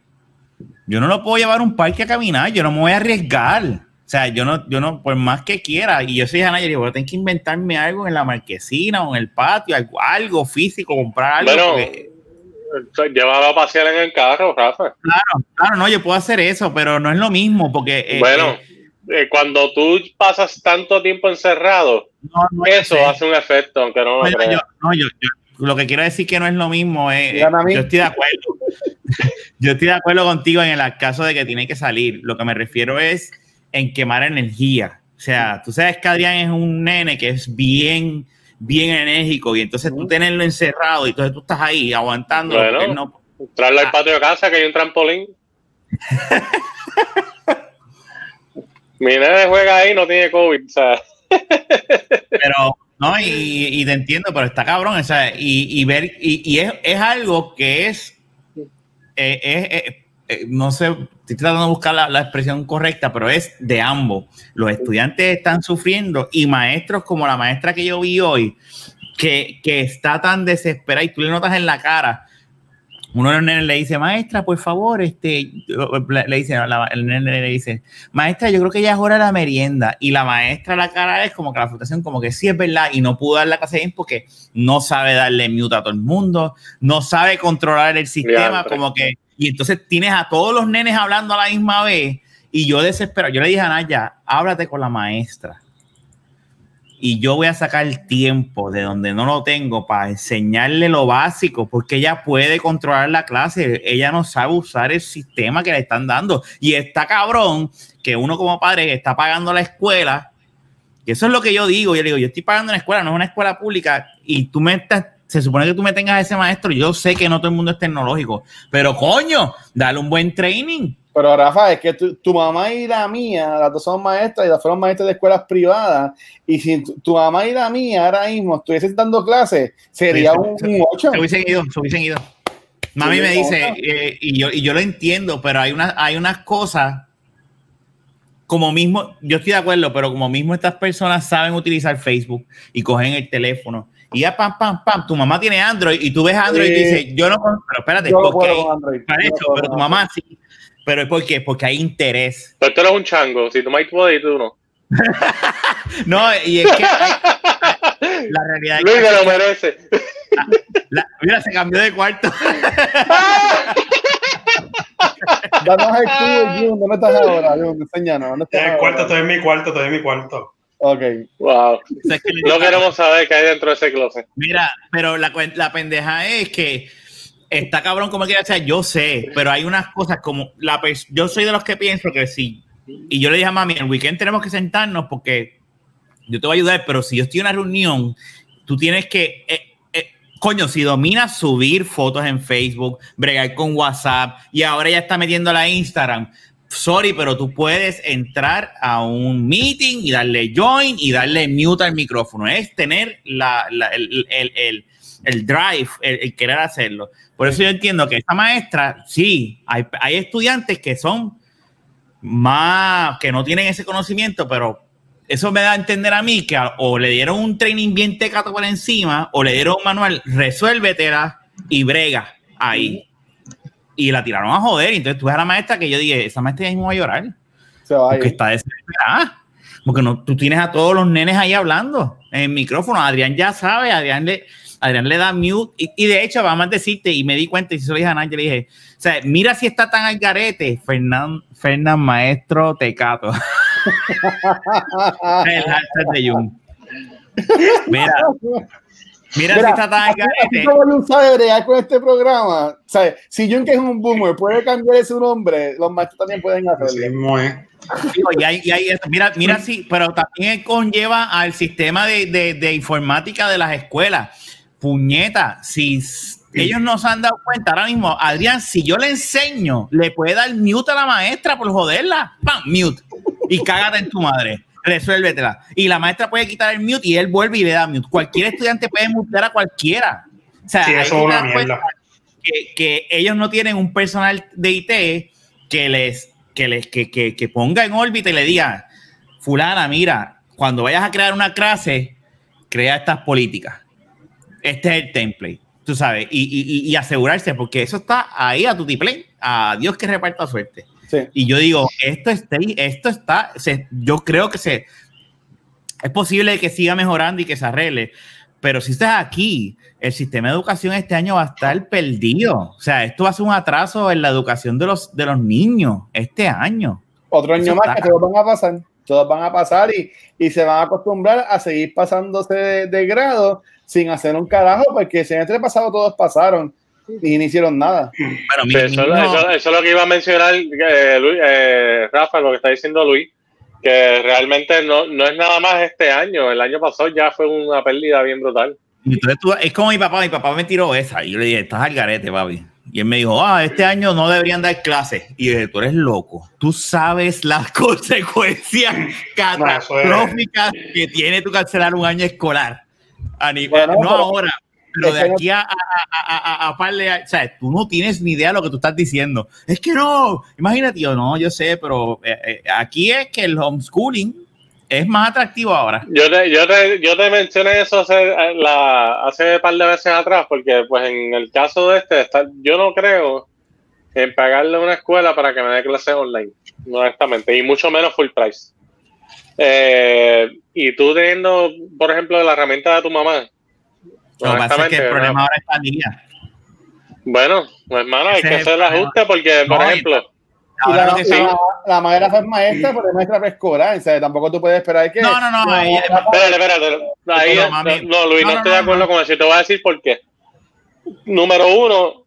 Yo no lo puedo llevar a un parque a caminar. Yo no me voy a arriesgar. O sea, yo no, yo no, por más que quiera, y yo soy Ana, yo digo, tengo que inventarme algo en la marquesina o en el patio, algo, algo físico, comprar algo. Bueno. Porque, llévalo a pasear en el carro, Rafa. Claro, claro, no, yo puedo hacer eso, pero no es lo mismo, porque... Eh, bueno, eh, cuando tú pasas tanto tiempo encerrado, no, no eso sé. hace un efecto, aunque no lo no, creas. Yo, no, yo, yo, lo que quiero decir que no es lo mismo, es, eh, yo estoy de acuerdo. Yo estoy de acuerdo contigo en el caso de que tiene que salir. Lo que me refiero es en quemar energía. O sea, tú sabes que Adrián es un nene que es bien... bien enérgico, y entonces tú tenerlo encerrado y entonces tú estás ahí aguantando. Bueno, no... traerlo al patio de casa que hay un trampolín. Mi nene juega ahí, no tiene COVID, o sea. Pero, no, y, y te entiendo, pero está cabrón, o sea, y, y ver, y, y es, es algo que es, eh, es, eh, eh, no sé, estoy tratando de buscar la, la expresión correcta, pero es de ambos. Los estudiantes están sufriendo y maestros como la maestra que yo vi hoy, que, que está tan desesperada y tú le notas en la cara. Uno de los nenes le dice, maestra, por favor, este, le dice, la, el nene le dice, maestra, yo creo que ya es hora de la merienda. Y la maestra, la cara es como que la frustración, como que sí es verdad, y no pudo dar la clase bien porque no sabe darle mute a todo el mundo, no sabe controlar el sistema, como que, y entonces tienes a todos los nenes hablando a la misma vez, y yo desespero, yo le dije a Naya, háblate con la maestra. Y yo voy a sacar el tiempo de donde no lo tengo para enseñarle lo básico, porque ella puede controlar la clase. Ella no sabe usar el sistema que le están dando. Y está cabrón que uno como padre está pagando la escuela, que eso es lo que yo digo. Yo digo, yo estoy pagando la escuela, no es una escuela pública, y tú me estás, se supone que tú me tengas a ese maestro. Yo sé que no todo el mundo es tecnológico, pero coño, dale un buen training. Pero Rafa, es que tu, tu mamá y la mía, las dos son maestras y las fueron maestras de escuelas privadas, y si tu, tu mamá y la mía ahora mismo estuviesen dando clases, sería sí, un, se, un ocho. Se hubiesen ido, se hubiesen ido. Mami me dice, eh, y, yo, y yo lo entiendo, pero hay, una, hay unas cosas, como mismo, yo estoy de acuerdo, pero como mismo estas personas saben utilizar Facebook y cogen el teléfono, y ya pam, pam, pam, tu mamá tiene Android, y tú ves Android sí. Y dices, yo no, pero espérate, yo porque no puedo Android, para eso, no pero tu mamá sí. ¿Pero por qué? Porque hay interés. Pero tú eres un chango. Si tú me puedes y tú no. No, y es que hay, la realidad es Luis que... Luis lo merece. La, la, mira, se cambió de cuarto. Danos el tuyo, Jun. ¿Dónde estás ahora, Jun? Enséñanos. ¿Dónde estás en el cuarto, estoy en mi cuarto, estoy en mi cuarto. Ok. Wow. O sea, es que no queremos saber qué hay dentro de ese closet. Mira, pero la, la pendeja es que está cabrón como quiera sea, yo sé, pero hay unas cosas como la yo soy de los que pienso que sí, y yo le dije a mami, el weekend tenemos que sentarnos porque yo te voy a ayudar, pero si yo estoy en una reunión, tú tienes que, eh, eh, coño, si dominas subir fotos en Facebook, bregar con WhatsApp, y ahora ya está metiendo la Instagram, sorry, pero tú puedes entrar a un meeting y darle join y darle mute al micrófono, es tener la, la, el, el, el, el drive, el, el querer hacerlo. Por eso yo entiendo que esta maestra, sí, hay, hay estudiantes que son más, que no tienen ese conocimiento, pero eso me da a entender a mí que o le dieron un training bien tecato por encima, o le dieron un manual, resuélvetela y brega ahí. Y la tiraron a joder. Y entonces tú ves a la maestra que yo dije, esa maestra ya mismo va a llorar. Se va porque está desesperada. Porque no, tú tienes a todos los nenes ahí hablando en el micrófono. Adrián ya sabe, Adrián le... Adrián le da mute y, y de hecho vamos a decirte y me di cuenta y si se lo dije a Nángel, le dije, o sea, mira si está tan al garete Fernán, Fernán maestro tecato. El hashtag de Jun. Mira, mira, mira si está tan al garete. ¿Cómo Jun sabe bregar con este programa? O sea, si Jun, que es un boomer, puede cambiar su nombre, los maestros también pueden hacerlo. Sí, muy. Y hay, y hay eso. Mira, mira sí, pero también conlleva al sistema de, de, de informática de las escuelas. Puñeta, si ellos no se han dado cuenta ahora mismo, Adrián, si yo le enseño, le puede dar mute a la maestra por joderla, ¡pam! Mute, y cágate en tu madre, resuélvetela, y la maestra puede quitar el mute y él vuelve y le da mute. Cualquier estudiante puede mutear a cualquiera. O sea, sí, eso es una mierda. Que, que ellos no tienen un personal de I T que les, que les, que, que, que ponga en órbita y le diga, fulana, mira, cuando vayas a crear una clase, crea estas políticas. Este es el template, tú sabes, y, y, y asegurarse, porque eso está ahí a tu tiplén, a Dios que reparta suerte. Sí. Y yo digo, esto está, esto está se, yo creo que se, es posible que siga mejorando y que se arregle, pero si estás aquí, el sistema de educación este año va a estar perdido. O sea, esto va a ser un atraso en la educación de los, de los niños este año. Otro año eso más está. Que todos van a pasar, todos van a pasar y, y se van a acostumbrar a seguir pasándose de, de grado sin hacer un carajo, porque el semestre pasado todos pasaron y no hicieron nada. Bueno, mi, eso, mi, eso, eso es lo que iba a mencionar eh, Luis, eh, Rafa, lo que está diciendo Luis, que realmente no, no es nada más este año. El año pasado ya fue una pérdida bien brutal. Entonces tú, es como mi papá, mi papá me tiró esa y yo le dije, estás al garete, papi. Y él me dijo, ah, este año no deberían dar clases. Y yo dije, tú eres loco. Tú sabes las consecuencias catastróficas que tiene tu cancelar un año escolar. A nivel, bueno, no pero, ahora, pero de aquí a, a, a, a, a par de, o sea, tú no tienes ni idea de lo que tú estás diciendo. Es que no, imagínate, yo no, yo sé, pero eh, eh, aquí es que el homeschooling es más atractivo ahora. Yo te, yo te, yo te mencioné eso hace, la, hace un par de veces atrás, porque pues en el caso de este, está, yo no creo en pagarle a una escuela para que me dé clases online, honestamente, y mucho menos full price. Eh, y tú teniendo, por ejemplo, la herramienta de tu mamá. Lo que pasa es que el problema no. ahora está en día. Bueno, pues hermano, hay que hacer el ajuste porque, por no, ejemplo... Y la, la, sí. la, la madre fue maestra, pero es maestra preescolar, o sea, tampoco tú puedes esperar que... No, no, no. no ella, espérate, espérate. Ahí, no, no, no, Luis, no, no estoy no, de acuerdo no. con eso. Te voy a decir por qué. Número uno,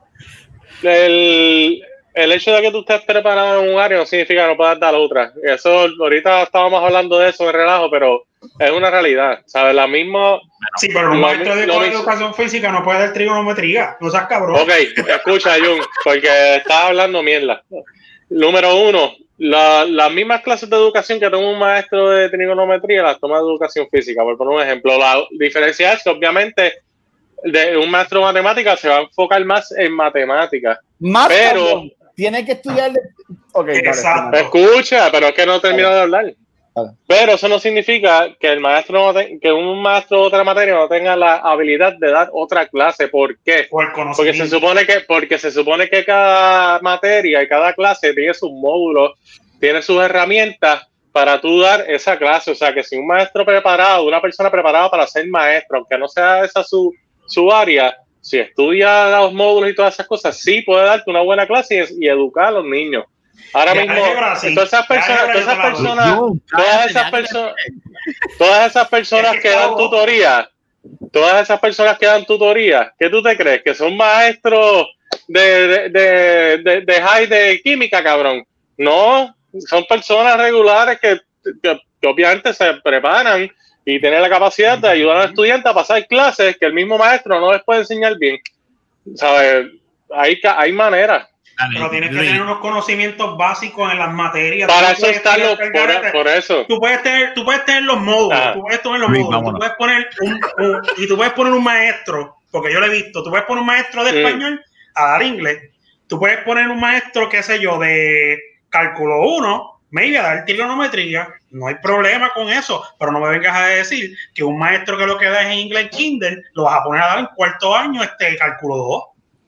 el, el hecho de que tú estés preparado en un área no significa que no puedas dar otra. Eso, ahorita estábamos hablando de eso de relajo, pero es una realidad, ¿sabes? La misma... Sí, pero un maestro de educación física no puede dar trigonometría, no seas cabrón. Ok, escucha, Jun, porque estás hablando mierda. Número uno, la, las mismas clases de educación que toma un maestro de trigonometría las toma de educación física, por poner un ejemplo. La diferencia es que obviamente de un maestro de matemáticas se va a enfocar más en matemáticas. Más pero cabrón. Tiene que estudiar de... Okay, exacto. Dale, escucha, pero es que no termino de hablar. Vale. Pero eso no significa que el maestro no te, que un maestro de otra materia no tenga la habilidad de dar otra clase. ¿Por qué? Por porque se supone que porque se supone que cada materia y cada clase tiene sus módulos, tiene sus herramientas para tú dar esa clase. O sea, que si un maestro preparado, una persona preparada para ser maestro, aunque no sea esa su, su área, si estudia los módulos y todas esas cosas, sí puede darte una buena clase y, y educar a los niños. Ahora ya, mismo, sí. todas esas personas, todas esas personas, todas esas personas, todas esas personas que dan tutoría, todas esas personas que dan tutoría, ¿qué tú te crees? Que son maestros de, de, de, de, de high de química, cabrón. No, son personas regulares que, que, que obviamente se preparan y tienen la capacidad de ayudar a los estudiantes a pasar clases que el mismo maestro no les puede enseñar bien. ¿Sabes? Hay, hay maneras. Pero tienes que tener unos conocimientos básicos en las materias. Para eso están los, por, por eso. Tú puedes tener, tú puedes tener los módulos, ah. tú puedes tener los módulos, tú puedes poner un, un, y tú puedes poner un maestro, porque yo lo he visto, tú puedes poner un maestro de español mm. a dar inglés, tú puedes poner un maestro, qué sé yo, de cálculo uno, maybe a dar trigonometría, no hay problema con eso, pero no me vengas a decir que un maestro que lo que da es en inglés Kindle, lo vas a poner a dar en cuarto año este cálculo dos.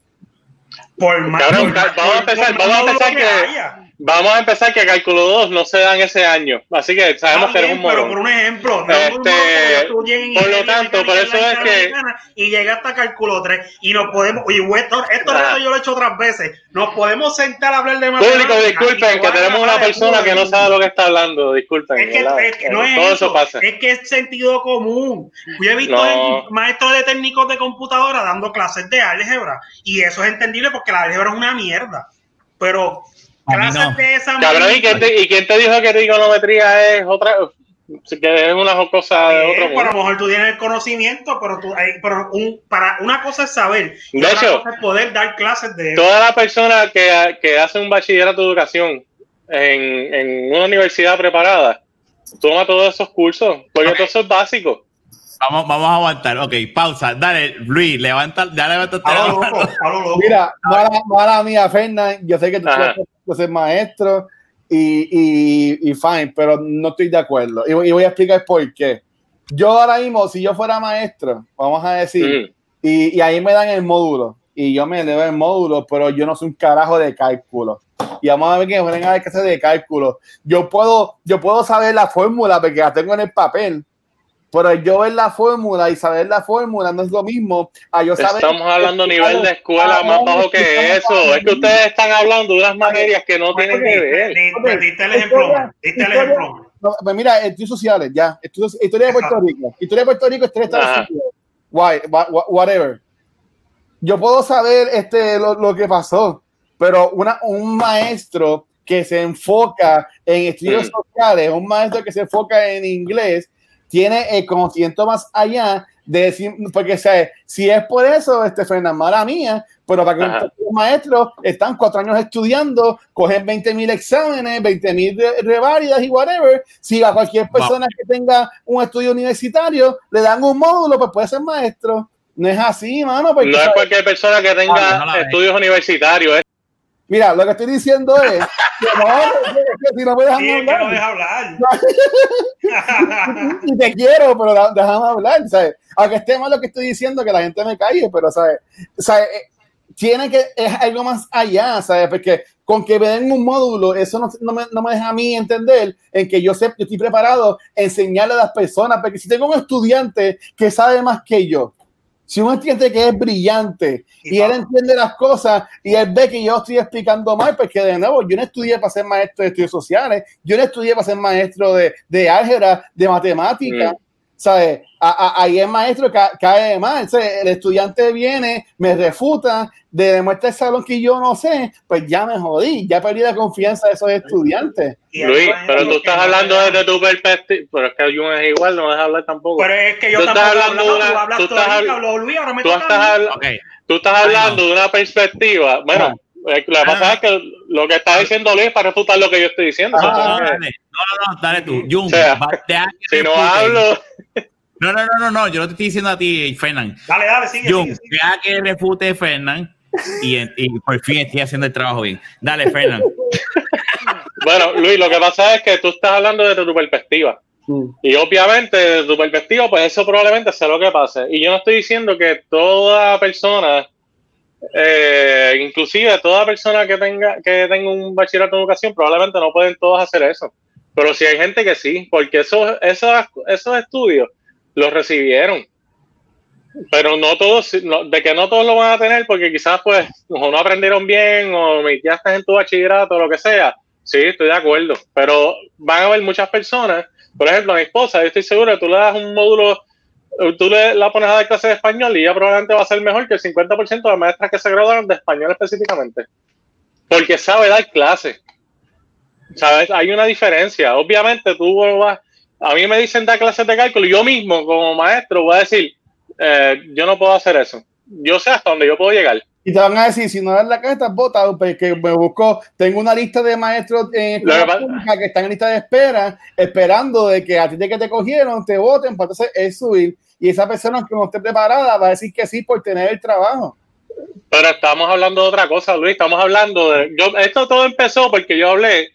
Por más, Cabrón, por, vamos a empezar, por vamos a empezar que, que vamos a empezar que cálculo dos no se dan ese año, así que sabemos que eres un morón. Pero por un ejemplo, no este, por, por lo tanto, por eso es que y llega hasta cálculo tres y nos podemos, oye, esto, esto ah. yo lo he hecho otras veces, nos podemos sentar a hablar de matemáticas. Público, disculpen, que tenemos una persona que no sabe lo que está hablando, disculpen. Es que, es que no es todo eso, eso pasa. Es que es sentido común. Yo he visto no. maestros de técnicos de computadora dando clases de álgebra y eso es entendible porque la álgebra es una mierda, pero clases no. de esa manera. Cabrón, ¿y quién te, ¿y quién te dijo que trigonometría es otra? Que es una cosa de otro mundo. A lo mejor tú tienes el conocimiento, pero tú, pero un, para una cosa es saber, y de otra hecho, cosa es poder dar clases de toda la persona que, que hace un bachillerato de educación en, en una universidad preparada toma todos esos cursos, porque okay. todo eso es básico. Vamos, vamos a aguantar. Ok, pausa. Dale, Luis, levanta, ya levántate. Mira, mala, mala mía, Fernan, yo sé que tú eres maestro y, y, y fine, pero no estoy de acuerdo. Y, y voy a explicar por qué. Yo ahora mismo, si yo fuera maestro, vamos a decir, mm. y, y ahí me dan el módulo, y yo me elevo el módulo, pero yo no soy un carajo de cálculo. Y vamos a ver que me ponen a ver qué hacer de cálculo. Yo puedo, yo puedo saber la fórmula porque la tengo en el papel. Pero yo ver la fórmula y saber la fórmula no es lo mismo a yo saber. Estamos hablando a nivel de escuela más bajo que eso. Es que ustedes están hablando de unas materias que no tienen que ver. Diste el ejemplo. Diste el ejemplo. No, pues mira, estudios sociales, ya. Estudios, historia de Puerto Rico. Historia de Puerto Rico, historia de Estados Unidos. Why, whatever. Yo puedo saber este, lo, lo que pasó, pero una, un maestro que se enfoca en estudios mm. sociales, un maestro que se enfoca en inglés, tiene el conocimiento más allá de decir, porque o sea, si es por eso, este Fernan, mala mía, pero para que Ajá. los maestros están cuatro años estudiando, cogen veinte mil exámenes, veinte mil reválidas y whatever, si a cualquier persona wow. que tenga un estudio universitario le dan un módulo, pues puede ser maestro. No es así, mano. Porque, no es ¿sabes? Cualquier persona que tenga ah, no estudios universitarios. ¿eh? Mira, lo que estoy diciendo es que no, que si no me dejan sí, hablar. Que no deja hablar. Y te quiero, pero déjame hablar, ¿sabes? Aunque esté mal lo que estoy diciendo, que la gente me calle, pero, ¿sabes? ¿Sabes? Tiene que, es algo más allá, ¿sabes? Porque con que me den un módulo, eso no, no, me, no me deja a mí entender en que yo, sé, yo estoy preparado a enseñarle a las personas, porque si tengo un estudiante que sabe más que yo, si un estudiante que es brillante y, y él entiende las cosas y él ve que yo estoy explicando mal, porque de nuevo, yo no estudié para ser maestro de estudios sociales, yo no estudié para ser maestro de, de álgebra, de matemática, mm. ¿sabes? A, a, ahí el maestro ca, cae mal, ¿sabes? El estudiante viene, me refuta, de demuestra el salón que yo no sé, pues ya me jodí, ya perdí la confianza de esos estudiantes. Luis, pero tú estás hablando desde tu perspectiva, pero es que Jun es igual, no dejas hablar tampoco. Pero es que yo tú tampoco estás hablando hablando, de una, tú hablas tú todo estás, el día, hablo, Luis, ahora me tú toca estás, habla, okay. tú estás hablando de una perspectiva, bueno, ah. lo que pasa ah. es que lo que está diciendo Luis es para refutar lo que yo estoy diciendo. Ah, no, dale, no, no, dale tú, Jun, o sea, si no hablo... No, no, no, no, no, yo no te estoy diciendo a ti, Fernan. Dale, dale, sigue, Jun, sigue, sigue. Deja que refute Fernan y, y por fin estoy haciendo el trabajo bien. Dale, Fernan. Bueno, Luis, lo que pasa es que tú estás hablando desde tu perspectiva. Mm. Y obviamente, desde tu perspectiva, pues eso probablemente sea lo que pase. Y yo no estoy diciendo que toda persona, eh, inclusive toda persona que tenga, que tenga un bachillerato en educación, probablemente no pueden todos hacer eso. Pero sí hay gente que sí, porque esos, esos, esos estudios los recibieron, pero no todos, no, de que no todos lo van a tener, porque quizás pues o no aprendieron bien o ya estás en tu bachillerato o lo que sea. Sí, estoy de acuerdo, pero van a haber muchas personas, por ejemplo, a mi esposa, yo estoy seguro que tú le das un módulo, tú le la pones a dar clase de español y ella probablemente va a ser mejor que el cincuenta por ciento de las maestras que se graduaron de español específicamente, porque sabe dar clase, ¿sabes? Hay una diferencia. Obviamente tú vas, a mí me dicen dar clases de cálculo y yo mismo como maestro voy a decir, eh, yo no puedo hacer eso. Yo sé hasta dónde yo puedo llegar. Y te van a decir, si no das la clase estás botado, porque me busco, tengo una lista de maestros en escuela pública que están en lista de espera, esperando de que a ti de que te cogieron, te voten, para entonces es subir. Y esa persona que no esté preparada va a decir que sí por tener el trabajo. Pero estamos hablando de otra cosa, Luis, estamos hablando de... Yo, esto todo empezó porque yo hablé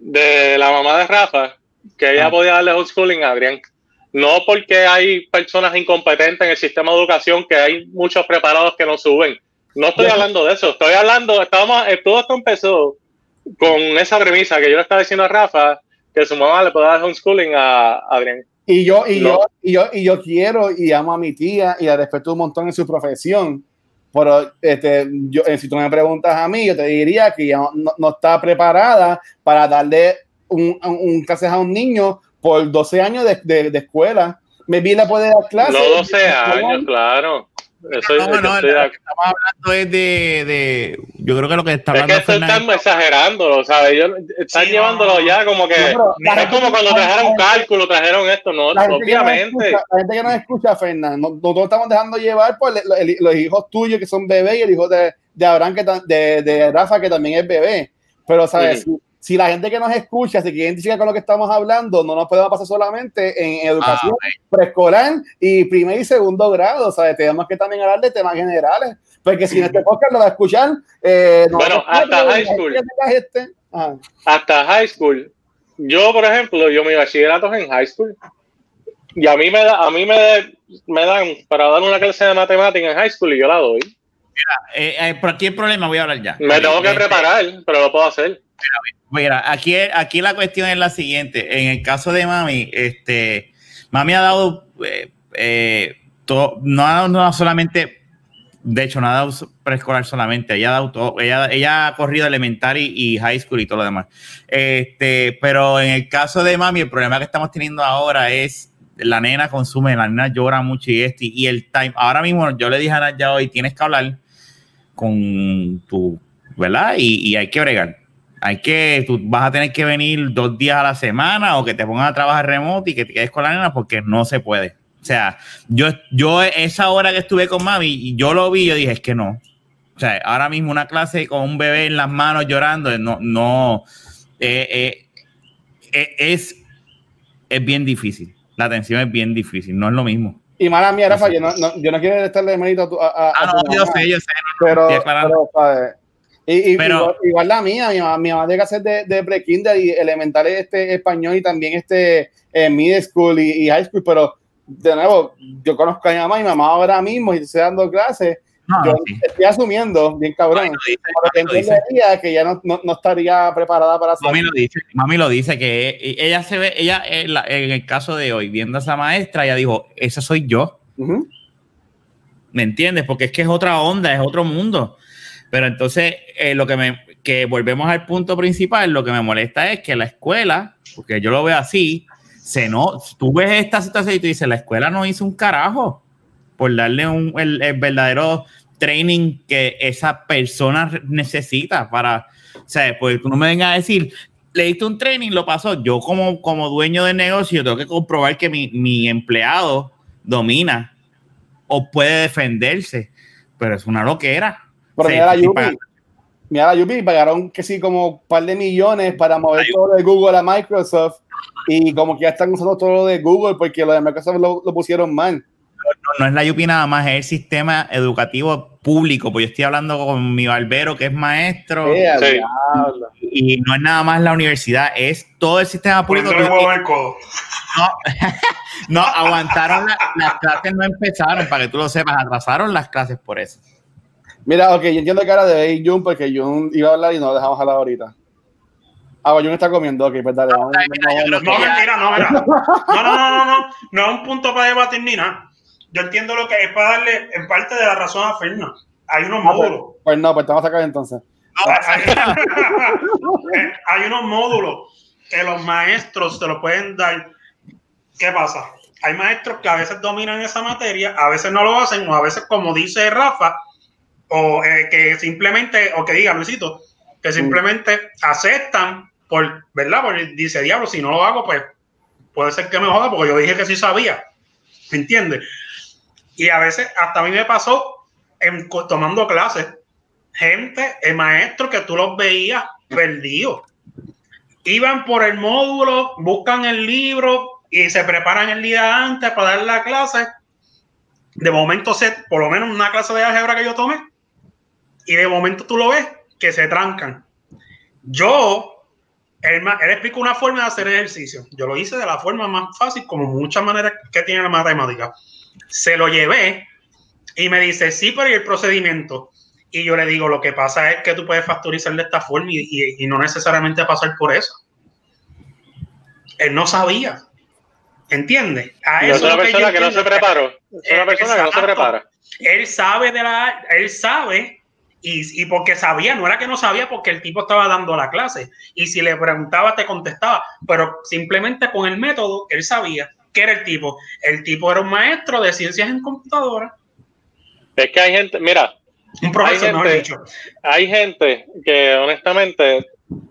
de la mamá de Rafa, que ella ah. podía darle homeschooling a Adrián. No porque hay personas incompetentes en el sistema de educación, que hay muchos preparados que no suben. No estoy hablando de eso. Estoy hablando, estábamos, todo esto empezó con esa premisa que yo le estaba diciendo a Rafa, que su mamá le puede dar homeschooling a Adrián. Y yo, y, no. yo, y, yo, y yo quiero y amo a mi tía y la respeto un montón en su profesión. Pero este, yo, si tú me preguntas a mí, yo te diría que ella no, no está preparada para darle un, un, un clases a un niño por doce años de, de, de escuela. Me vi la puede dar clases. No doce años, claro. Eso no, no, no, no, lo que estamos hablando es de, de yo creo que lo que está hablando es que esto están exagerándolo, ¿sabes? Ellos están sí, llevándolo no, ya como que no, es como cuando trajeron cálculo, trajeron esto, no, la obviamente. Escucha, la gente que nos escucha, Fernando, nosotros estamos dejando llevar por el, el, los hijos tuyos que son bebés y el hijo de, de Abraham, que de, de Rafa, que también es bebé. Pero, ¿sabes? Sí. Si, si la gente que nos escucha se quiere identificar con lo que estamos hablando, no nos podemos pasar solamente en educación ah, preescolar y primer y segundo grado, ¿sabes? Tenemos que también hablar de temas generales, porque si en este podcast lo va a escuchar, eh, no bueno, va a hasta high school. Este. Hasta high school. Yo, por ejemplo, yo mi bachillerato es en high school y a mí me da, a mí me, me dan para dar una clase de matemática en high school y yo la doy. Mira, eh, eh, por aquí el problema, voy a hablar ya. Me Oye, tengo que este, preparar, pero lo puedo hacer. Mira, aquí, aquí la cuestión es la siguiente. En el caso de mami, este, mami ha dado, eh, eh, todo, no ha dado no solamente, de hecho, no ha dado preescolar solamente, ella ha dado todo, ella, ella ha corrido elementary y high school y todo lo demás. Este, pero en el caso de mami, el problema que estamos teniendo ahora es la nena consume, la nena llora mucho y este, y el time. Ahora mismo yo le dije a Naya hoy, tienes que hablar con tu, ¿verdad? Y, y hay que bregar. Hay que, tú vas a tener que venir dos días a la semana o que te pongan a trabajar remoto y que te quedes con la nena porque no se puede. O sea, yo, yo esa hora que estuve con mami y yo lo vi, yo dije, es que no. O sea, ahora mismo una clase con un bebé en las manos llorando, no, no, eh, eh, eh, es, es bien difícil. La atención es bien difícil, no es lo mismo. Y mala mía, Rafa, yo no, no, yo no quiero estarle mérito a tu a, a, Ah, a no, tu yo mamá, sé, yo sé. No, pero, no, pero, ¿sabes? Y, y pero igual, igual la mía, mi mamá, mi mamá tiene que hacer de, de pre-kinder y elemental este español y también este eh, middle school y, y high school, pero de nuevo, yo conozco a mi mamá y mi mamá ahora mismo y estoy dando clases, no, yo no, sí. estoy asumiendo, bien cabrón, Mami lo dice, pero mami lo dice. entendería que ya no, no, no estaría preparada para hacer. Mami lo dice, mami lo dice que ella se ve, ella en, la, en el caso de hoy, viendo a esa maestra, ella dijo, esa soy yo. Uh-huh. ¿Me entiendes? Porque es que es otra onda, es otro mundo. Pero entonces, eh, lo que me, que volvemos al punto principal, lo que me molesta es que la escuela, porque yo lo veo así, se no, tú ves esta situación y tú dices, la escuela no hizo un carajo por darle un, el, el verdadero training que esa persona necesita para, o sea, pues tú no me vengas a decir, le diste un training, lo pasó. Yo como, como dueño del negocio tengo que comprobar que mi, mi empleado domina o puede defenderse, pero es una loquera. Pero Sí, mira la sí, Yupi, para- mira la Yupi, pagaron que sí como un par de millones para mover Ay, todo de Google a Microsoft y como que ya están usando todo lo de Google porque lo de Microsoft lo, lo pusieron mal. No, no es la Yupi nada más, es el sistema educativo público, pues yo estoy hablando con mi barbero que es maestro Eh, Sí. diablo. y no es nada más la universidad, es todo el sistema público. Poniéndole huevo al codo. No, no aguantaron, la, las clases no empezaron, para que tú lo sepas, atrasaron las clases por eso. Mira, ok, yo entiendo que ahora debe ir Jun porque Jun iba a hablar y no lo dejamos hablar ahorita. Ah, bueno, Jun está comiendo, ok, pues dale. Vamos, vamos, No, mentira, no, mira. No, no, no, no, no. No es un punto para debatir ni nada. Yo entiendo lo que es para darle en parte de la razón a Fernan. Hay unos Ah, pues, módulos. pues no, pues te vamos a sacar entonces. Hay, hay unos módulos que los maestros te lo pueden dar. ¿Qué pasa? Hay maestros que a veces dominan esa materia, a veces no lo hacen, o a veces, como dice Rafa, o eh, que simplemente, o que diga Luisito, que simplemente aceptan por, ¿verdad? Porque dice, diablo, si no lo hago, pues puede ser que me joda, porque yo dije que sí sabía. ¿Me entiendes? Y a veces, hasta a mí me pasó en, tomando clases, gente, el maestro que tú los veías perdidos. Iban por el módulo, buscan el libro y se preparan el día antes para dar la clase. De momento, se, por lo menos una clase de álgebra que yo tomé, y de momento tú lo ves que se trancan. Yo, él, él explicó una forma de hacer ejercicio. Yo lo hice de la forma más fácil, como muchas maneras que tiene la matemática. Se lo llevé y me dice, sí, pero ¿y el procedimiento? Y yo le digo, lo que pasa es que tú puedes factorizar de esta forma y, y, y no necesariamente pasar por eso. Él no sabía. ¿Entiendes? A No eso es una es lo persona que, que no se preparó. Es una persona que no se prepara. Él sabe de la, él sabe y, y porque sabía, no era que no sabía porque el tipo estaba dando la clase y si le preguntaba te contestaba, pero simplemente con el método él sabía que era el tipo. El tipo era un maestro de ciencias en computadora. Es que hay gente, mira, Un profesor, hay mejor gente, dicho. hay gente que honestamente,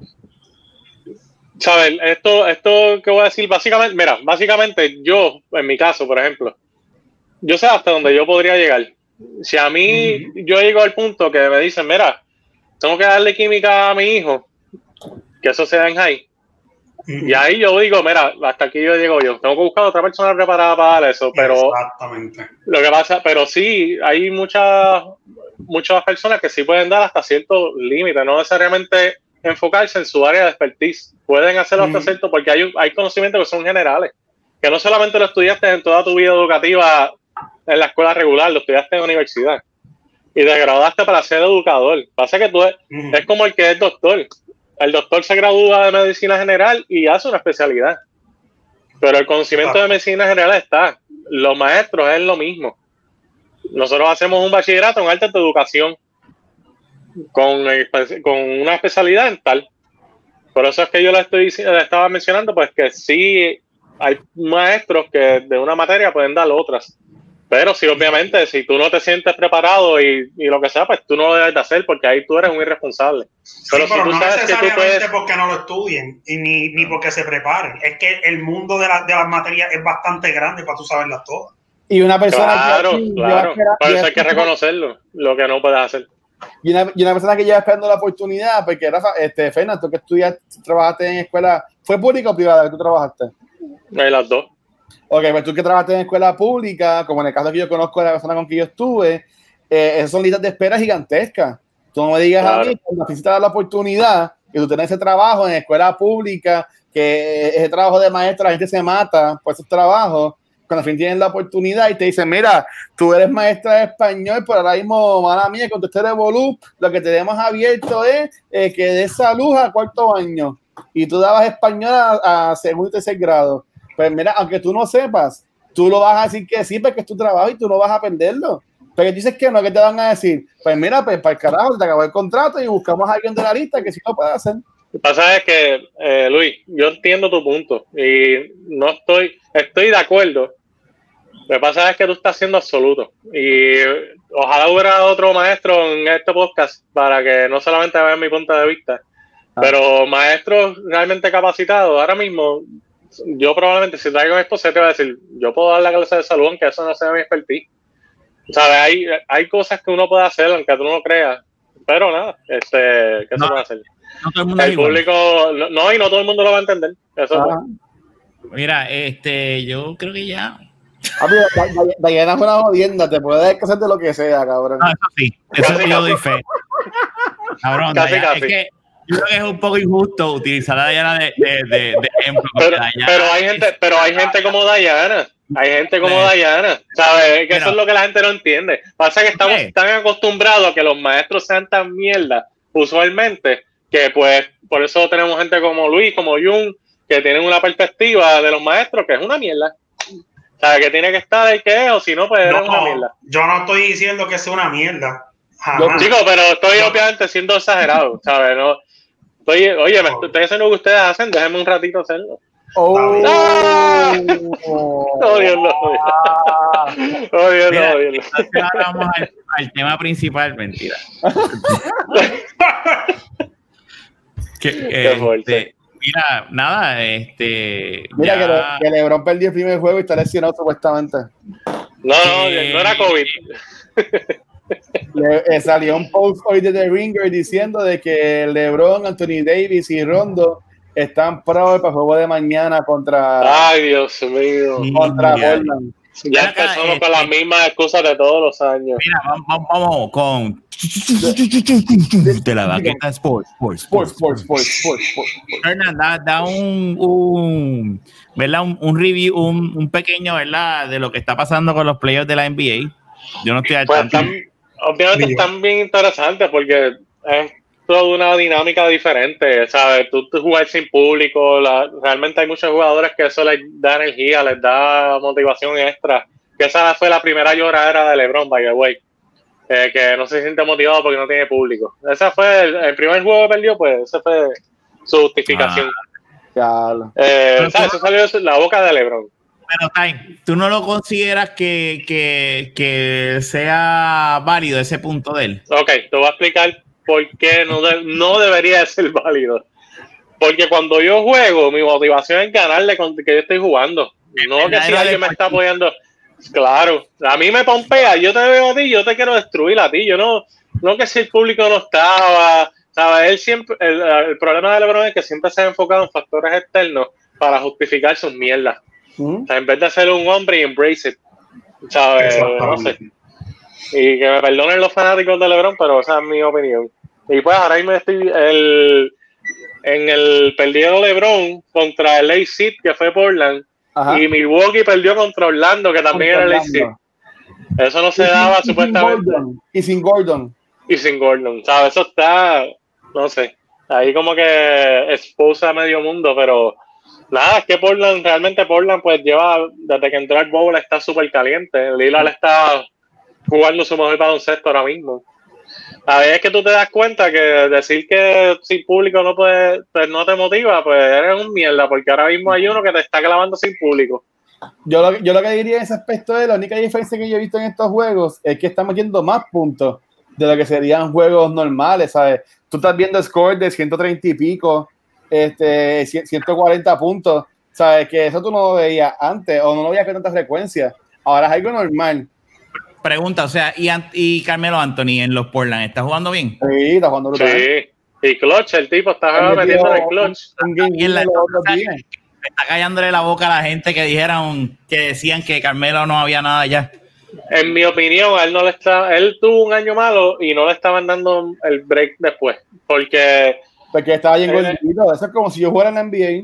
¿sabes? Esto, esto que voy a decir, básicamente, mira, básicamente yo, en mi caso, por ejemplo, yo sé hasta dónde yo podría llegar. Si a mí, uh-huh. yo llego al punto que me dicen, mira, tengo que darle química a mi hijo, que eso sea en high, uh-huh. y ahí yo digo, mira, hasta aquí yo llego yo. Tengo que buscar a otra persona preparada para dar eso, pero exactamente. Lo que pasa, pero sí, hay muchas, muchas personas que sí pueden dar hasta cierto límite, no necesariamente enfocarse en su área de expertise. Pueden hacerlo hasta uh-huh. cierto, porque hay, hay conocimientos que son generales, que no solamente lo estudiaste en toda tu vida educativa en la escuela regular, lo estudiaste en la universidad y te graduaste para ser educador. Pasa que tú es, uh-huh. es como el que es doctor. El doctor se gradúa de medicina general y hace una especialidad, pero el conocimiento Exacto. de medicina general está. Los maestros es lo mismo. Nosotros hacemos un bachillerato en artes de educación con, con una especialidad en tal. Por eso es que yo le, estoy, le estaba mencionando, pues que sí hay maestros que de una materia pueden dar otras. Pero sí, obviamente, si tú no te sientes preparado y, y lo que sea, pues tú no lo debes de hacer porque ahí tú eres un irresponsable. Sí, pero, pero si tú no sabes que tú necesariamente puedes... porque no lo estudien y ni, ni porque se preparen. Es que el mundo de, la, de las materias es bastante grande para tú saberlas todas. Y una persona Claro, que claro. espera, Por eso hay que reconocerlo, lo que no puedes hacer. Y una, y una persona que lleva esperando la oportunidad, porque Rafa, este, Fernan, tú que estudiaste, trabajaste en escuela, ¿fue pública o privada que tú trabajaste? Hay las dos. Ok, pues tú que trabajaste en escuela pública, como en el caso que yo conozco de la persona con que yo estuve, eh, esas son listas de espera gigantescas. Tú no me digas Claro. a mí, cuando necesitas la oportunidad, que tú tenés ese trabajo en escuela pública, que ese trabajo de maestro, la gente se mata por esos trabajos, cuando al fin tienen la oportunidad y te dicen, mira, tú eres maestra de español, pero ahora mismo, mala mía, con tu este revolú, lo que tenemos abierto es eh, que des salud a cuarto año y tú dabas español a, a segundo y tercer grado. Pues mira, aunque tú no sepas, tú lo vas a decir que sí, porque es tu trabajo y tú no vas a perderlo. Pero dices que no, que te van a decir, pues mira, pues para el carajo, te acabó el contrato y buscamos a alguien de la lista que sí lo puede hacer. Lo que pasa es que, eh, Luis, yo entiendo tu punto y no estoy, estoy de acuerdo. Lo que pasa es que tú estás siendo absoluto y ojalá hubiera otro maestro en este podcast para que no solamente vean mi punto de vista, ah. pero maestros realmente capacitados. Ahora mismo, yo probablemente si traigo a mi esposa te voy a decir, yo puedo dar la clase de salud aunque eso no sea mi expertise. ¿Sabes? Hay, hay cosas que uno puede hacer aunque tú no lo creas, pero nada, este, ¿qué no, se puede hacer? No todo el mundo el es igual. público, no, no, y no todo el mundo lo va a entender. Eso ah. es. Mira, este, yo creo que ya. Ah, mira, Diana es una jodienda, te puedes hacer de lo que sea, cabrón. No, eso sí, eso casi, yo doy fe. Cabrón, casi, Diana, casi. Es que yo creo que es un poco injusto utilizar a Diana de, de, de, de ejemplo. Pero, Diana, pero hay gente, pero hay gente como Diana. Hay gente como Diana, ¿sabes? Que Mira, eso es lo que la gente no entiende. Pasa que estamos ¿qué? tan acostumbrados a que los maestros sean tan mierda, usualmente, que pues por eso tenemos gente como Luis, como Jun, que tienen una perspectiva de los maestros que es una mierda. ¿Sabes? Que tiene que estar ahí que es, o si no, pues no, es una mierda. Yo no estoy diciendo que sea una mierda. Jamás. Chico, pero estoy yo, obviamente siendo exagerado, ¿sabes? No, estoy, oye, me estoy haciendo lo que ustedes hacen, déjenme un ratito hacerlo. Oh, ¡Ah! Odiarlo, odiarlo, odiarlo. Ahora vamos al, al tema principal, mentira. que, este, mira, nada, este. Mira ya... que, Le, que LeBron perdió el primer juego y está lesionado supuestamente. No, no, eh, no era COVID. Le, eh, salió un post hoy de The Ringer diciendo de que LeBron, Anthony Davis y Rondo están pros para el juego de mañana contra. Ay, Dios mío. Contra Portland. Ya empezamos este, con las mismas excusas de todos los años. Mira, vamos, vamos con de la baqueta Sports, Sports, Sports, Sports, Sports, Sports, Sports. Fernan, da, da un, un, ¿verdad? Un, un review, un, un pequeño, ¿verdad? De lo que está pasando con los playoffs de la N B A. Yo no estoy al pues tanto. Están, obviamente Digo. están bien interesantes porque es toda una dinámica diferente, ¿sabes? Tú, tú jugar sin público, la, realmente hay muchos jugadores que eso les da energía, les da motivación extra. Que esa fue la primera lloradera de LeBron, by the way. Eh, que no se siente motivado porque no tiene público. Ese fue el, el primer juego que perdió, pues esa fue su justificación. Ah, eh, ¿sabes? Eso salió de la boca de LeBron. Pero, Time, ¿tú no lo consideras que, que, que sea válido ese punto de él? Ok, te voy a explicar por qué no, de, no debería ser válido. Porque cuando yo juego, mi motivación es ganarle con que yo estoy jugando. No que si alguien me está apoyando. Claro, a mí me pompea, yo te veo a ti, yo te quiero destruir a ti. Yo no, no que si el público no estaba, ¿sabes? Él siempre, el, el problema de LeBron es que siempre se ha enfocado en factores externos para justificar sus mierdas. ¿Mm? O sea, en vez de ser un hombre y embrace it, ¿sabes? No sé. Y que me perdonen los fanáticos de LeBron, pero esa es mi opinión. Y pues ahora mismo estoy el, en el perdido LeBron contra el A C que fue Portland. Ajá. Y Milwaukee perdió contra Orlando, que también contra era el A C. Eso no se y daba sin, supuestamente. Y sin Gordon. Y sin Gordon, ¿sabes? Eso está, no sé, ahí como que expusa a medio mundo, pero nada, es que Portland, realmente Portland pues lleva, desde que entró al bowl está súper caliente. Lillard está jugando su mejor baloncesto ahora mismo. A ver, es que tú te das cuenta que decir que sin público no puede, pues no te motiva, pues eres un mierda, porque ahora mismo hay uno que te está clavando sin público. yo, lo, yo lo que diría en ese aspecto es la única diferencia que yo he visto en estos juegos es que están metiendo más puntos de lo que serían juegos normales, ¿sabes? Tú estás viendo score de ciento treinta y pico, este, ciento cuarenta puntos, ¿sabes? Que eso tú no lo veías antes o no lo veías con tanta frecuencia. Ahora es algo normal. Pregunta, o sea, ¿y, y Carmelo Anthony en los Portland está jugando bien? Sí, está jugando brutal. Sí, y clutch, el tipo está metiendo en el clutch. Un, un game la, los otros o sea, días. está callándole la boca a la gente que dijeron, que decían que Carmelo no había nada ya. En mi opinión, él no le está, él tuvo un año malo y no le estaban dando el break después, porque porque estaba bien gordito. Eso es como si yo jugara en la N B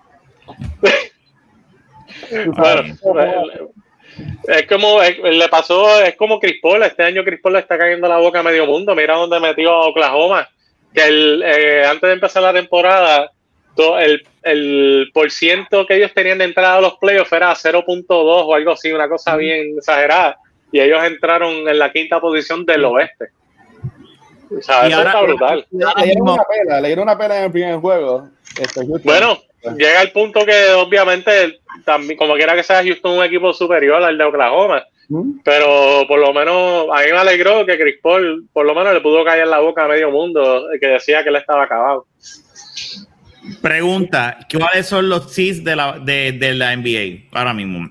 A. Bueno, es como es, le pasó, es como Chris Paul. Este año Chris Paul le está cayendo la boca a medio mundo. Mira dónde metió a Oklahoma, que el, eh, antes de empezar la temporada todo el, el por ciento que ellos tenían de entrada a los playoffs era cero punto dos o algo así, una cosa bien exagerada, y ellos entraron en la quinta posición del oeste. O sea, eso está brutal. Le dieron una pela, le dieron una pela en el primer juego. Este, bueno, llega el punto que obviamente también, como quiera que sea, Houston es un equipo superior al de Oklahoma, ¿Mm? pero por lo menos a mí me alegró que Chris Paul por lo menos le pudo caer la boca a medio mundo que decía que él estaba acabado. Pregunta, ¿cuáles son los seeds de la, de, de la N B A ahora mismo?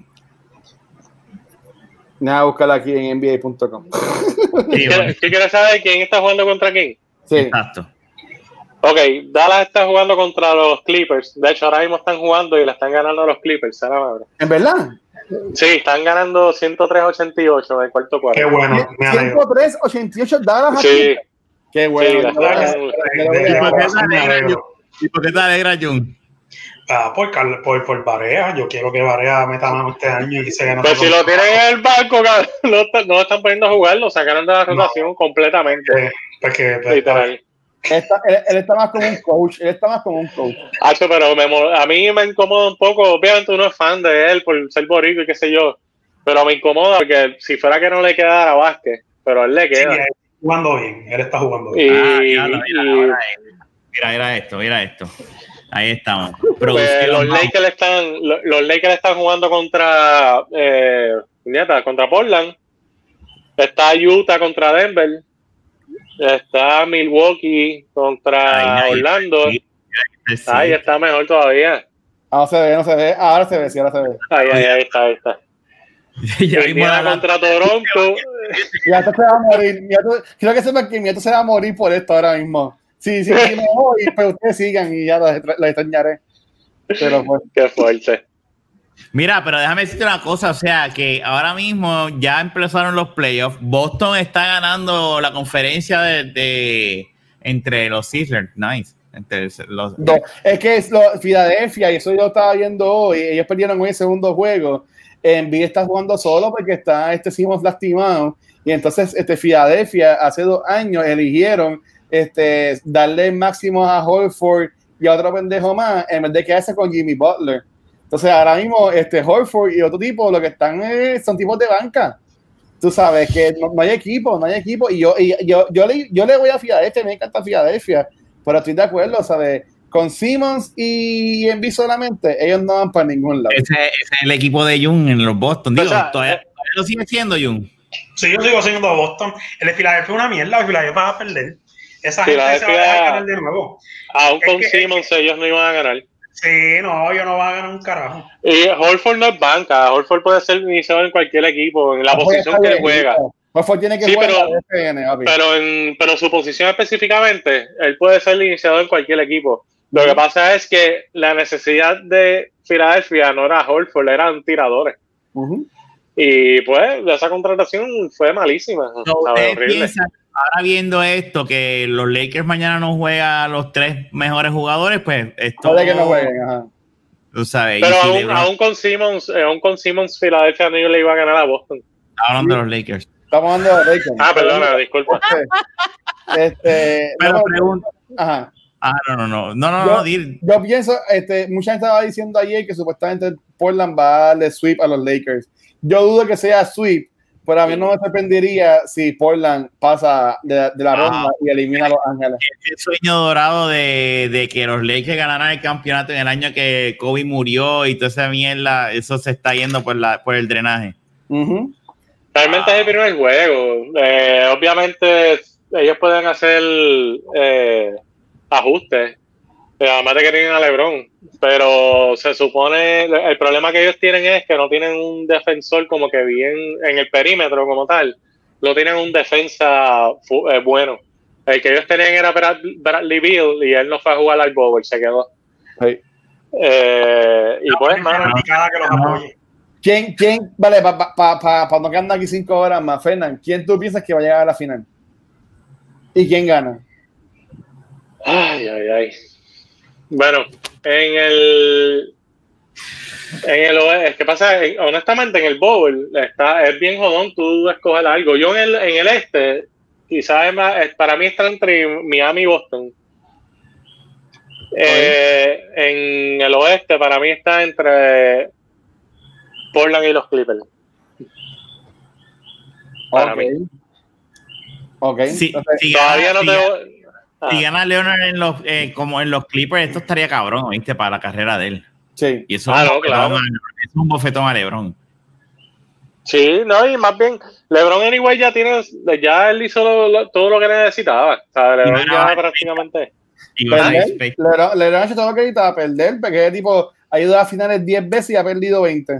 Nada, búscala aquí en N B A punto com. Sí, ¿qué quieres saber quién está jugando contra quién? Sí. Exacto. Ok, Dallas está jugando contra los Clippers. De hecho, ahora mismo están jugando y le están ganando a los Clippers. ¿Será madre? ¿En verdad? Sí, están ganando ciento tres a ochenta y ocho en el cuarto cuarto. Qué bueno. ciento tres a ochenta y ocho Dallas. Sí. Aquí. Qué bueno. ¿Y por qué te alegra, Jun? Ah, por, por, por Barea. Yo quiero que Barea meta mano este año y se gane. Pues si lo tienen en el banco, no, no lo están poniendo a jugar, lo sacaron de la rotación no. completamente. Eh, porque, pues, literal. Está, él, él está más como un coach. Él está más como un coach. Hacho, pero me, a mí me incomoda un poco. Obviamente uno es fan de él por ser boricua y qué sé yo. Pero me incomoda porque si fuera que no le quedara a Vázquez, pero a él le queda. Sí, él está jugando bien. Él está jugando bien. Y, ah, ya, no, mira, y, mira, mira, mira esto, mira esto. Ahí estamos. Pues los Lakers están, los, los Lakers están jugando contra, eh, nieta, contra Portland. Está Utah contra Denver. Está Milwaukee contra ay, Orlando. Sí, sí, sí. Ahí está mejor todavía. Ah, no se ve, no se ve. Ahora se ve, sí, ahora se ve. Ahí, ahí, ahí está, ahí está. ya Indiana la... contra Toronto. Ya esto se va a morir. Creo que se me, mi nieto se va a morir por esto ahora mismo. Sí, sí, sí, me voy, pero ustedes sigan y ya los, los extrañaré. Pero pues. Qué fuerte. Mira, pero déjame decirte una cosa, o sea, que ahora mismo ya empezaron los playoffs. Boston está ganando la conferencia de, de entre los Sixers, nice. Entre los, no, es que es lo, Filadelfia, y eso yo estaba viendo hoy, ellos perdieron hoy el segundo juego. Embiid está jugando solo porque está este Simmons lastimado, y entonces este Filadelfia hace dos años eligieron este darle máximo a Horford y a otro pendejo más en vez de quedarse con Jimmy Butler. Entonces ahora mismo este Horford y otro tipo lo que están es, son tipos de banca. Tú sabes que no, no hay equipo, no hay equipo y yo, y yo, yo, le, yo le voy a Filadelfia, me encanta Filadelfia, pero estoy de acuerdo, ¿sabes? Con Simmons y Embiid solamente, ellos no van para ningún lado. Ese, ese es el equipo de Jun en los Boston. Digo, o sea, todavía, todavía lo sigue siendo Jun. Sí, yo sigo siendo Boston. El de Filadelfia es una mierda, el Filadelfia va a perder. Esa gente se va a dejar ganar de nuevo. Aún con que, Simmons que, ellos no iban a ganar. Sí, no, ellos no van a ganar un carajo. Y Horford no es banca. Horford puede ser iniciador en cualquier equipo, en la no posición que él juega. Horford tiene que sí, jugar pero, en la F N, pero, en, pero su posición específicamente, él puede ser iniciador en cualquier equipo. Lo uh-huh. que pasa es que la necesidad de Filadelfia no era Horford, eran tiradores. Uh-huh. Y pues esa contratación fue malísima. No, horrible. Piensa, ahora viendo esto, que los Lakers mañana no juegan a los tres mejores jugadores, pues esto... No, que no jueguen, ajá. Tú sabes. Pero aún, si aún, con Simmons, aún con Simmons, Filadelfia no le iba a ganar a Boston. Hablando sí. de los Lakers. Estamos hablando de los Lakers. Ah, perdona, disculpa. Este, pero no, pregunta. Ajá. Ah, no, no, no, no, no, yo, no dir. yo pienso, este, mucha gente estaba diciendo ayer que supuestamente Portland va a darle sweep a los Lakers. Yo dudo que sea sweep, pero a mí no me sorprendería si Portland pasa de, de la ronda ah, y elimina a Los Ángeles. El sueño dorado de, de que los Lakers ganaran el campeonato en el año que Kobe murió y toda esa mierda, eso se está yendo por, la, por el drenaje. Uh-huh. Realmente ah. es el primer juego. Eh, obviamente ellos pueden hacer eh, ajustes. Además de que tienen a LeBron, pero se supone, el problema que ellos tienen es que no tienen un defensor como que bien en el perímetro como tal, no tienen un defensa eh, bueno. El que ellos tenían era Brad, Bradley Beal y él no fue a jugar al Bowl, se quedó. Sí. Eh, y pues, hermano, que los apoye. ¿Quién, quién, vale, para pa, pa, pa, pa no quedar aquí cinco horas más, Fernan, ¿quién tú piensas que va a llegar a la final? ¿Y quién gana? Ay, ay, ay. Bueno, en el en el es que pasa, honestamente en el bowl está, es bien jodón tú escoger algo. Yo en el, en el este, quizás para mí está entre Miami y Boston. Eh, en el oeste para mí está entre Portland y los Clippers. Para okay. mí. Ok. Sí, entonces, sí, todavía no sí, te Ah. Si gana Leonard en los, eh, como en los Clippers, esto estaría cabrón, ¿viste? Para la carrera de él. Sí. Y eso ah, es, no, un claro. a, es un bofetón a LeBron. Sí, no, y más bien, LeBron anyway ya tiene, ya él hizo lo, lo, todo lo que necesitaba. O sea, LeBron ya a prácticamente. Perder, LeBron, LeBron ha hecho todo lo que necesitaba perder, porque tipo ha ido a finales diez veces y ha perdido veinte.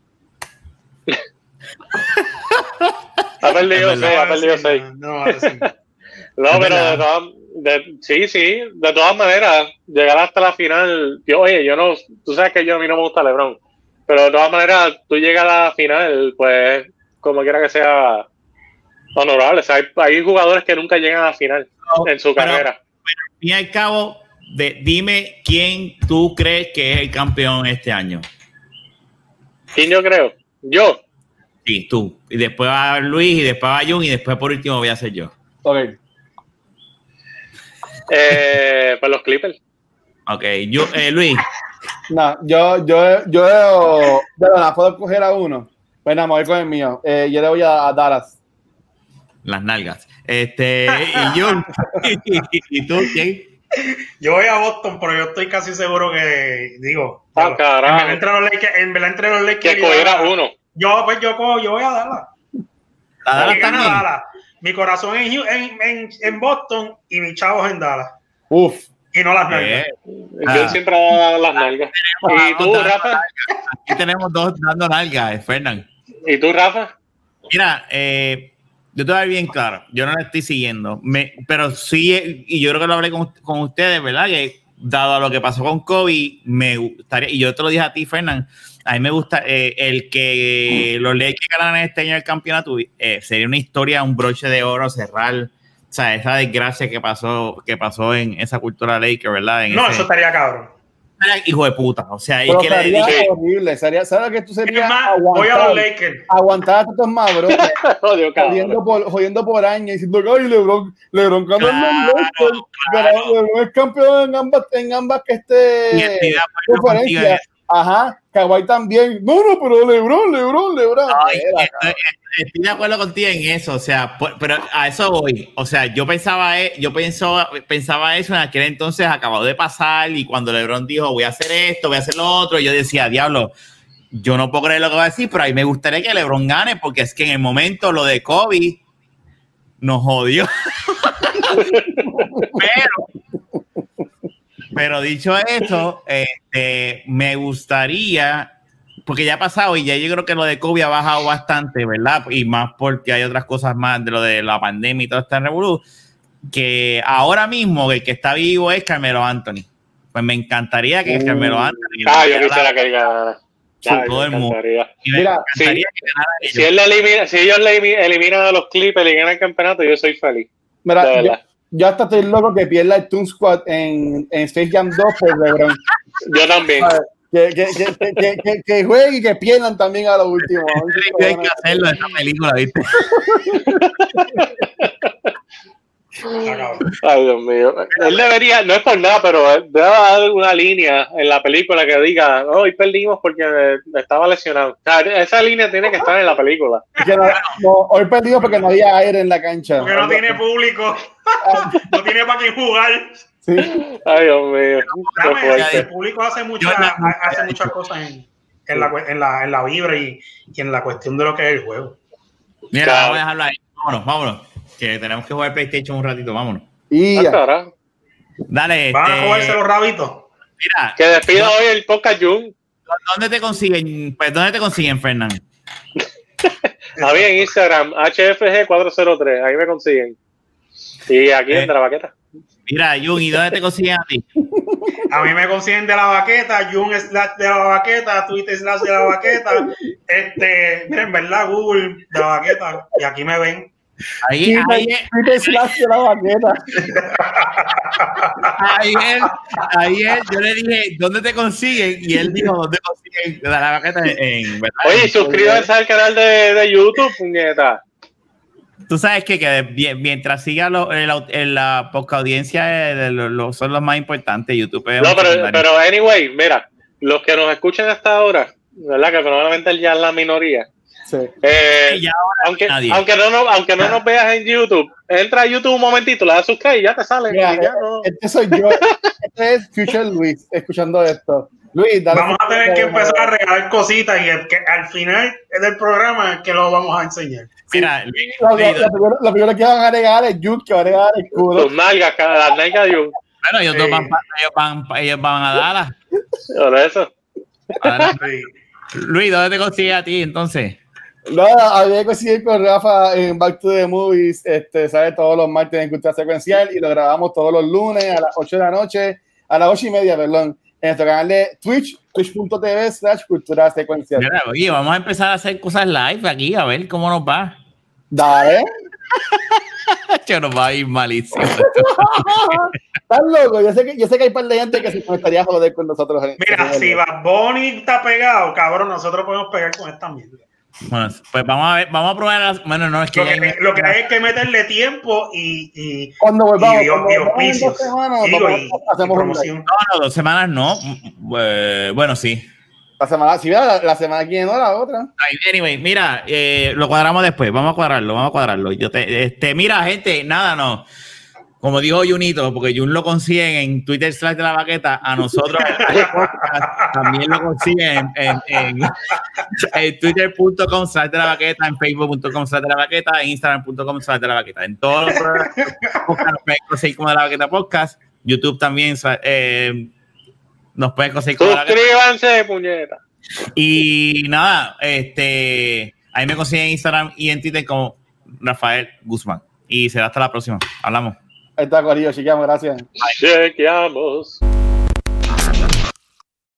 ha perdido seis, ha perdido seis. No, no, sí. No, pero de todas, de, sí, sí, de todas maneras, llegar hasta la final, yo, oye, yo no, tú sabes que yo a mí no me gusta LeBron, pero de todas maneras, tú llegas a la final, pues, como quiera que sea honorable, o sea, hay, hay jugadores que nunca llegan a la final no, en su pero, carrera. Pero, al fin y al cabo, de, dime quién tú crees que es el campeón este año. ¿Quién yo creo? Yo. Sí, tú. Y después va Luis, y después va Jun, y después por último voy a ser yo. Ok. Eh, pues los Clippers. Ok, yo, eh, Luis. No, yo, yo, yo, yo, yo no puedo coger a uno. Pues nada, me voy con el mío. Eh, yo le voy a, a Dallas. Las nalgas. Este, y yo, y, y tú, ¿quién? Yo voy a Boston, pero yo estoy casi seguro que, digo, ah, yo, carajo. en verdad entre los Lakers, en verdad entre los Lakers que cogiera uno. Yo, pues yo cojo, yo voy a Dallas. ¿A Dallas también? Dallas. Mi corazón en, en, en, en Boston y mis chavos en Dallas. Uf. Y no las nalgas. Eh, yo ah. siempre he dado las nalgas. ¿Y tú, Rafa? Aquí tenemos dos dando nalgas, Fernan. ¿Y tú, Rafa? Mira, eh, yo te voy a ver bien claro. Yo no la estoy siguiendo. Me, pero sí, y yo creo que lo hablé con, con ustedes, ¿verdad? Que dado a lo que pasó con Kobe, me gustaría, y yo te lo dije a ti, Fernan, a mí me gusta eh, el que los Lakers ganaran este año el campeonato, eh, sería una historia, un broche de oro, cerrar, o sea, esa desgracia que pasó, que pasó en esa cultura Lakers, ¿verdad? En no, ese, eso estaría cabrón. Hijo de puta, o sea, pero es que sería le, horrible, sería, ¿sabes que tú serías? Más, voy a los Lakers. Aguantar a estos más, bro. jodiendo, por, jodiendo por años, diciendo que ay, LeBron, LeBron ganó claro, el Lakers, claro. LeBron es campeón en ambas, en ambas que esté conferencias. Ajá, Kawhi también. No, no, pero LeBron, LeBron, LeBron. Ay, estoy, estoy de acuerdo contigo en eso, o sea, pero a eso voy. O sea, yo pensaba, yo pensaba, pensaba eso en aquel entonces, acabado de pasar, y cuando LeBron dijo, voy a hacer esto, voy a hacer lo otro, yo decía, diablo, yo no puedo creer lo que va a decir, pero a mí me gustaría que LeBron gane, porque es que en el momento lo de Kobe nos jodió. pero... Pero dicho eso, este, me gustaría, porque ya ha pasado y ya yo creo que lo de Kobe ha bajado bastante, ¿verdad? Y más porque hay otras cosas más de lo de la pandemia y todo este revolú, que ahora mismo el que está vivo es Carmelo Anthony. Pues me encantaría que uh, Carmelo Anthony... Ah, yo quisiera que ganara. Ah, todo el mundo. Y me Mira, encantaría si, que ganara ellos. Si, él elimina, si ellos le eliminan a los Clippers y ganan el campeonato, yo soy feliz. Mira, yo, yo hasta estoy loco que pierda el Toon Squad en, en Space Jam dos por LeBron. Yo también. Que, que, que, que, que, que, que jueguen y que pierdan también a lo último. Hay que hacerlo en esta película, ¿viste? Ay, Dios mío. Él debería, no es por nada, pero él debe dar una línea en la película que diga, oh, hoy perdimos porque estaba lesionado. O sea, esa línea tiene que estar en la película. Que no, no, hoy perdimos porque no había aire en la cancha. Porque no tiene público. No tiene para quién jugar. Sí. Ay, Dios mío. Dame, el público hace, mucha, hace muchas cosas en, en, la, en, la, en la vibra y, y en la cuestión de lo que es el juego. Mira, claro. Vamos a dejarlo ahí. Vámonos, vámonos. Que tenemos que jugar PlayStation un ratito, vámonos. Y ah, dale. ¿Van este... a jugarse los rabitos? Mira. Que despida hoy el podcast, Jun. ¿Dónde te consiguen? Pues, ¿dónde te consiguen, Fernando? A mí en Instagram, H F G cuatrocientos tres, ahí me consiguen. Y aquí eh, en De La Baqueta. Mira, Jun, ¿y dónde te consiguen a ti? A mí me consiguen De La Baqueta, Jun slash De La Baqueta, Twitter slash De La Baqueta, este, miren, ¿verdad? Google De La Baqueta, y aquí me ven. Ahí, ahí, Twitter slash De La Baqueta. Ayer, ayer yo le dije, ¿dónde te consiguen? Y él dijo, ¿dónde consiguen De La Baqueta? En, ¿verdad? Oye, suscríbanse al canal de, de YouTube, puñeta. Tú sabes que, que mientras siga lo, en la, en la poca audiencia de lo, lo, son los más importantes. YouTube es no, pero, pero anyway, mira, los que nos escuchan hasta ahora, ¿verdad? Que probablemente ya es la minoría. Sí. Eh, sí, aunque, aunque, no, no, aunque no nos veas en YouTube, entra a YouTube un momentito, le das subscribe y ya te sale. Mira, ya no. Este soy yo, este es Future Luis, escuchando esto. Luis, dale. Vamos a tener que empezar a regalar cositas y el que al final del programa que lo vamos a enseñar. Mira, sí, lo, lo, lo, primero, lo primero que van a regalar es Jun, que va a regalar el escudo. Tus nalgas, las nalgas de Jun. Bueno, ellos, sí. van, ellos, van, ellos van a darlas. Por eso. Sí. Luis, ¿dónde te consigues a ti entonces? Nada, había que conseguir con Rafa en Back to the Movies, este, ¿sabes? Todos los martes en Cultura Secuencial y lo grabamos todos los lunes a las ocho de la noche, a las ocho y media, perdón, en nuestro canal de Twitch, twitch punto t v slash Cultura Secuencial. Mira, oye, vamos a empezar a hacer cosas live aquí, a ver cómo nos va. Dale. Yo nos va a ir malísimo. Estás loco, yo sé que, yo sé que hay par de gente que se estaría a joder con nosotros. Mira, si Bad Bunny está pegado, cabrón, nosotros podemos pegar con esta mierda. Bueno, pues vamos a ver, vamos a probar las, bueno, no es que lo que, hay, lo que hay es que meterle tiempo y, y cuando volvamos, y, cuando y auspicios y, y, hacemos y promoción. No, no, dos semanas no. Eh, bueno, sí. La semana, si la, la semana que no, la otra. Anyway, mira, eh, lo cuadramos después. Vamos a cuadrarlo, vamos a cuadrarlo. Yo te, este, mira, gente, nada, no. Como dijo Junito, porque Jun lo consigue en Twitter slash De La Baqueta, a nosotros también lo consiguen en, en, en twitter punto com slash De La Baqueta, en facebook punto com slash De La Baqueta, en instagram punto com slash De La Baqueta. En todos los programas nos pueden conseguir como De La Baqueta Podcast. YouTube también eh, nos pueden conseguir como suscríbanse, puñeta. Y nada, este, ahí me consiguen en Instagram y en Twitter como Rafael Guzmán. Y será hasta la próxima. Hablamos. Ahí está, Corillo, chequeamos, gracias. Chequeamos.